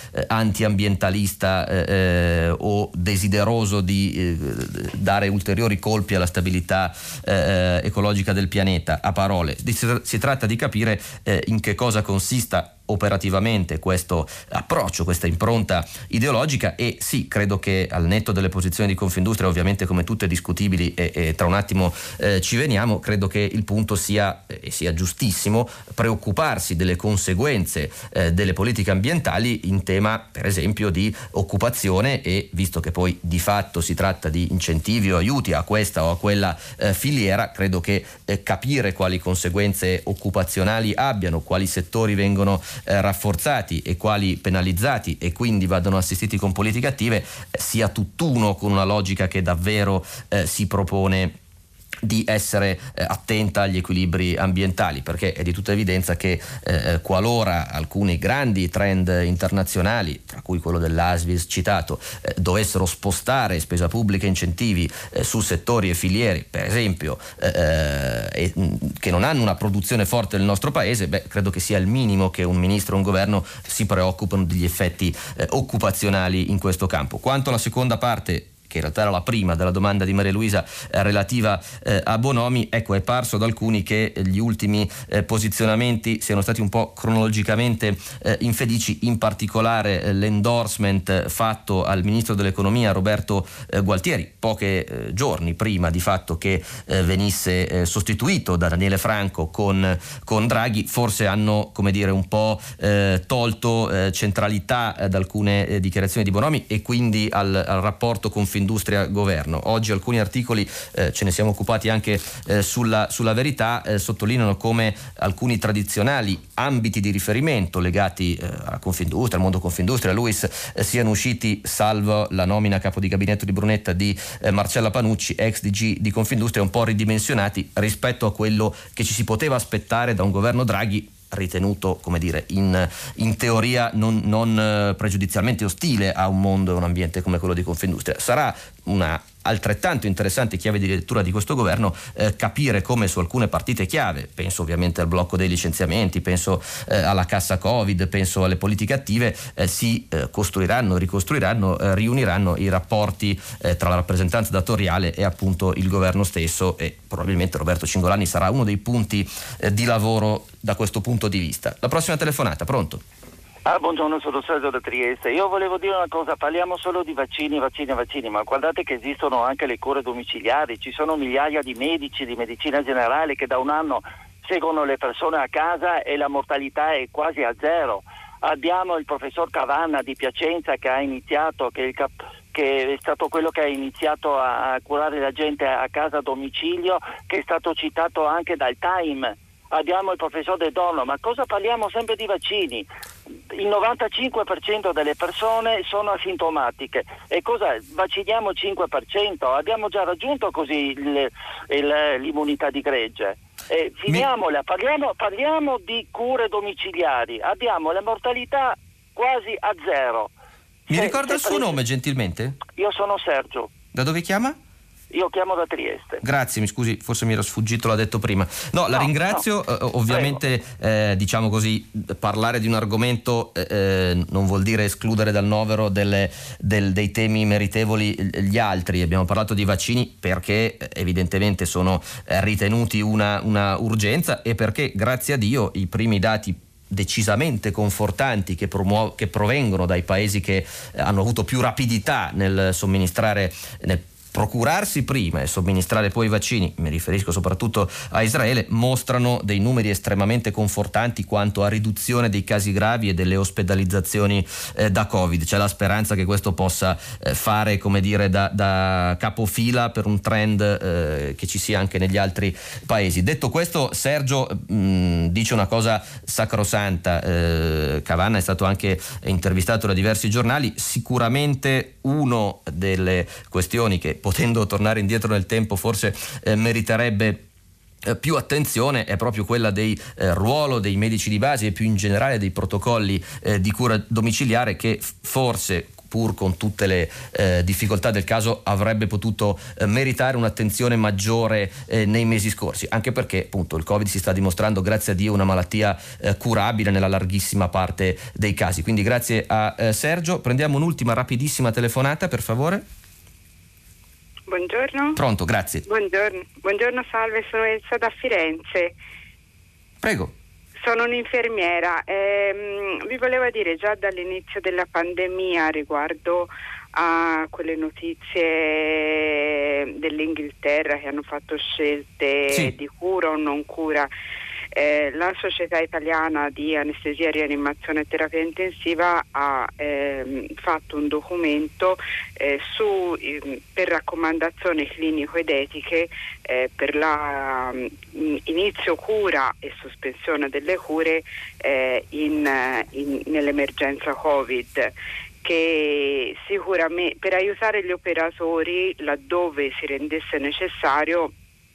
antiambientalista o desideroso di dare ulteriori colpi alla stabilità ecologica del pianeta a parole. Si tratta di capire in che cosa consista operativamente questo approccio, questa impronta ideologica. E sì, credo che al netto delle posizioni di Confindustria, ovviamente come tutte discutibili e tra un attimo ci veniamo, credo che il punto sia giustissimo preoccuparsi delle conseguenze delle politiche ambientali in tema per esempio di occupazione, e visto che poi di fatto si tratta di incentivi o aiuti a questa o a quella filiera, credo che capire quali conseguenze occupazionali abbiano, quali settori vengono rafforzati e quali penalizzati e quindi vadano assistiti con politiche attive, sia tutt'uno con una logica che davvero si propone di essere attenta agli equilibri ambientali, perché è di tutta evidenza che qualora alcuni grandi trend internazionali, tra cui quello dell'ASVIS citato, dovessero spostare spesa pubblica e incentivi su settori e filiere, per esempio, che non hanno una produzione forte nel nostro paese, credo che sia il minimo che un ministro e un governo si preoccupano degli effetti occupazionali in questo campo. Quanto alla seconda parte, che in realtà era la prima della domanda di Maria Luisa relativa a Bonomi, ecco, è parso ad alcuni che gli ultimi posizionamenti siano stati un po' cronologicamente infelici, in particolare l'endorsement fatto al ministro dell'economia Roberto Gualtieri pochi giorni prima di fatto che venisse sostituito da Daniele Franco con Draghi. Forse hanno, come dire, un po' tolto centralità ad alcune dichiarazioni di Bonomi e quindi al rapporto Confindustria governo. Oggi alcuni articoli, ce ne siamo occupati anche sulla Verità, sottolineano come alcuni tradizionali ambiti di riferimento legati alla Confindustria, al mondo Confindustria, a Luis, siano usciti, salvo la nomina a capo di gabinetto di Brunetta di Marcella Panucci, ex DG di Confindustria, un po' ridimensionati rispetto a quello che ci si poteva aspettare da un governo Draghi, ritenuto, come dire, in teoria non pregiudizialmente ostile a un mondo e un ambiente come quello di Confindustria. Sarà una altrettanto interessante chiave di lettura di questo governo capire come su alcune partite chiave, penso ovviamente al blocco dei licenziamenti, penso alla cassa Covid, penso alle politiche attive, si costruiranno, ricostruiranno, riuniranno i rapporti tra la rappresentanza datoriale e appunto il governo stesso, e probabilmente Roberto Cingolani sarà uno dei punti di lavoro da questo punto di vista. La prossima telefonata, pronto? Buongiorno, sono Sergio da Trieste. Io volevo dire una cosa, parliamo solo di vaccini, ma guardate che esistono anche le cure domiciliari, ci sono migliaia di medici di medicina generale che da un anno seguono le persone a casa e la mortalità è quasi a zero. Abbiamo il professor Cavanna di Piacenza che ha iniziato, che è stato quello che ha iniziato a curare la gente a casa a domicilio, che è stato citato anche dal Time. Abbiamo il professor De Donno, ma cosa parliamo sempre di vaccini? Il 95% delle persone sono asintomatiche e cosa vacciniamo il 5%? Abbiamo già raggiunto così l'immunità di gregge. Finiamola, parliamo di cure domiciliari, abbiamo la mortalità quasi a zero. Mi ricorda il suo nome gentilmente? Io sono Sergio. Da dove chiama? Io chiamo da Trieste. Grazie, mi scusi, forse mi era sfuggito, l'ha detto prima. No, la ringrazio. Ovviamente, diciamo così, parlare di un argomento non vuol dire escludere dal novero dei temi meritevoli gli altri. Abbiamo parlato di vaccini perché evidentemente sono ritenuti una urgenza e perché, grazie a Dio, i primi dati decisamente confortanti che provengono dai paesi che hanno avuto più rapidità nel somministrare, nel procurarsi prima e somministrare poi i vaccini, mi riferisco soprattutto a Israele, mostrano dei numeri estremamente confortanti quanto a riduzione dei casi gravi e delle ospedalizzazioni da Covid. C'è la speranza che questo possa fare, come dire, da capofila per un trend che ci sia anche negli altri paesi. Detto questo, Sergio dice una cosa sacrosanta. Cavanna è stato anche intervistato da diversi giornali. Sicuramente uno delle questioni che, potendo tornare indietro nel tempo, forse meriterebbe più attenzione è proprio quella del ruolo dei medici di base e più in generale dei protocolli di cura domiciliare, che forse, pur con tutte le difficoltà del caso, avrebbe potuto meritare un'attenzione maggiore nei mesi scorsi, anche perché appunto il Covid si sta dimostrando, grazie a Dio, una malattia curabile nella larghissima parte dei casi. Quindi grazie a Sergio. Prendiamo un'ultima rapidissima telefonata, per favore. Buongiorno. Pronto, grazie. Buongiorno, salve, sono Elsa da Firenze. Prego. Sono un'infermiera. Vi volevo dire, già dall'inizio della pandemia, riguardo a quelle notizie dell'Inghilterra che hanno fatto scelte di cura o non cura, la Società Italiana di Anestesia, Rianimazione e Terapia Intensiva ha fatto un documento per raccomandazioni clinico ed etiche per la inizio cura e sospensione delle cure nell'emergenza Covid, che sicuramente per aiutare gli operatori laddove si rendesse necessario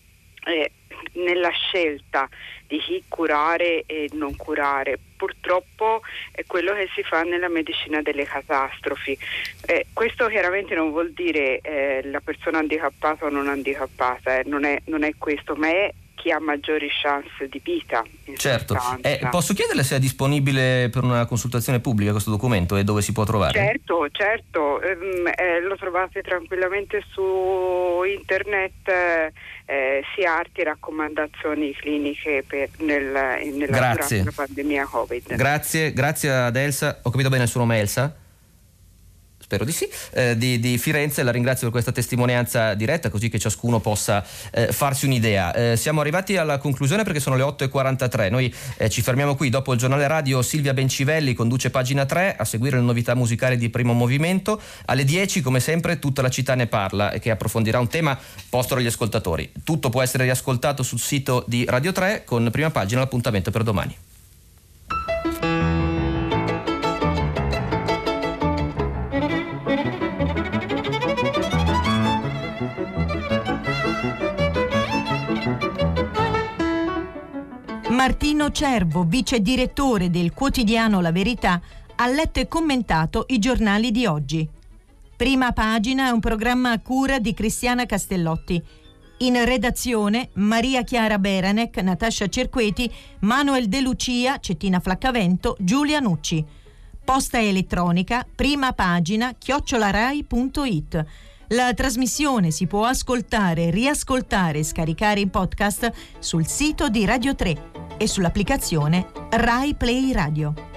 nella scelta di chi curare e non curare. Purtroppo è quello che si fa nella medicina delle catastrofi. Questo chiaramente non vuol dire la persona handicappata o non handicappata, non è questo, ma è chi ha maggiori chance di vita. Certo. Posso chiederle se è disponibile per una consultazione pubblica questo documento e dove si può trovare? Certo, lo trovate tranquillamente su internet, SIARTI, raccomandazioni cliniche nella durante la pandemia Covid. Grazie ad Elsa. Ho capito bene il suo nome, Elsa? Spero di sì, di Firenze. La ringrazio per questa testimonianza diretta, così che ciascuno possa farsi un'idea. Siamo arrivati alla conclusione perché sono le 8:43. Noi ci fermiamo qui. Dopo il giornale radio, Silvia Bencivelli conduce Pagina 3, a seguire le novità musicali di Primo Movimento. Alle 10, come sempre, Tutta la città ne parla, che approfondirà un tema posto dagli ascoltatori. Tutto può essere riascoltato sul sito di Radio 3. Con Prima Pagina l'appuntamento per domani. Martino Cervo, vice direttore del quotidiano La Verità, ha letto e commentato i giornali di oggi. Prima Pagina è un programma a cura di Cristiana Castellotti. In redazione Maria Chiara Beranec, Natascia Cerqueti, Manuel De Lucia, Cettina Flaccavento, Giulia Nucci. Posta elettronica primapagina@rai.it. La trasmissione si può ascoltare, riascoltare e scaricare in podcast sul sito di Radio 3 e sull'applicazione Rai Play Radio.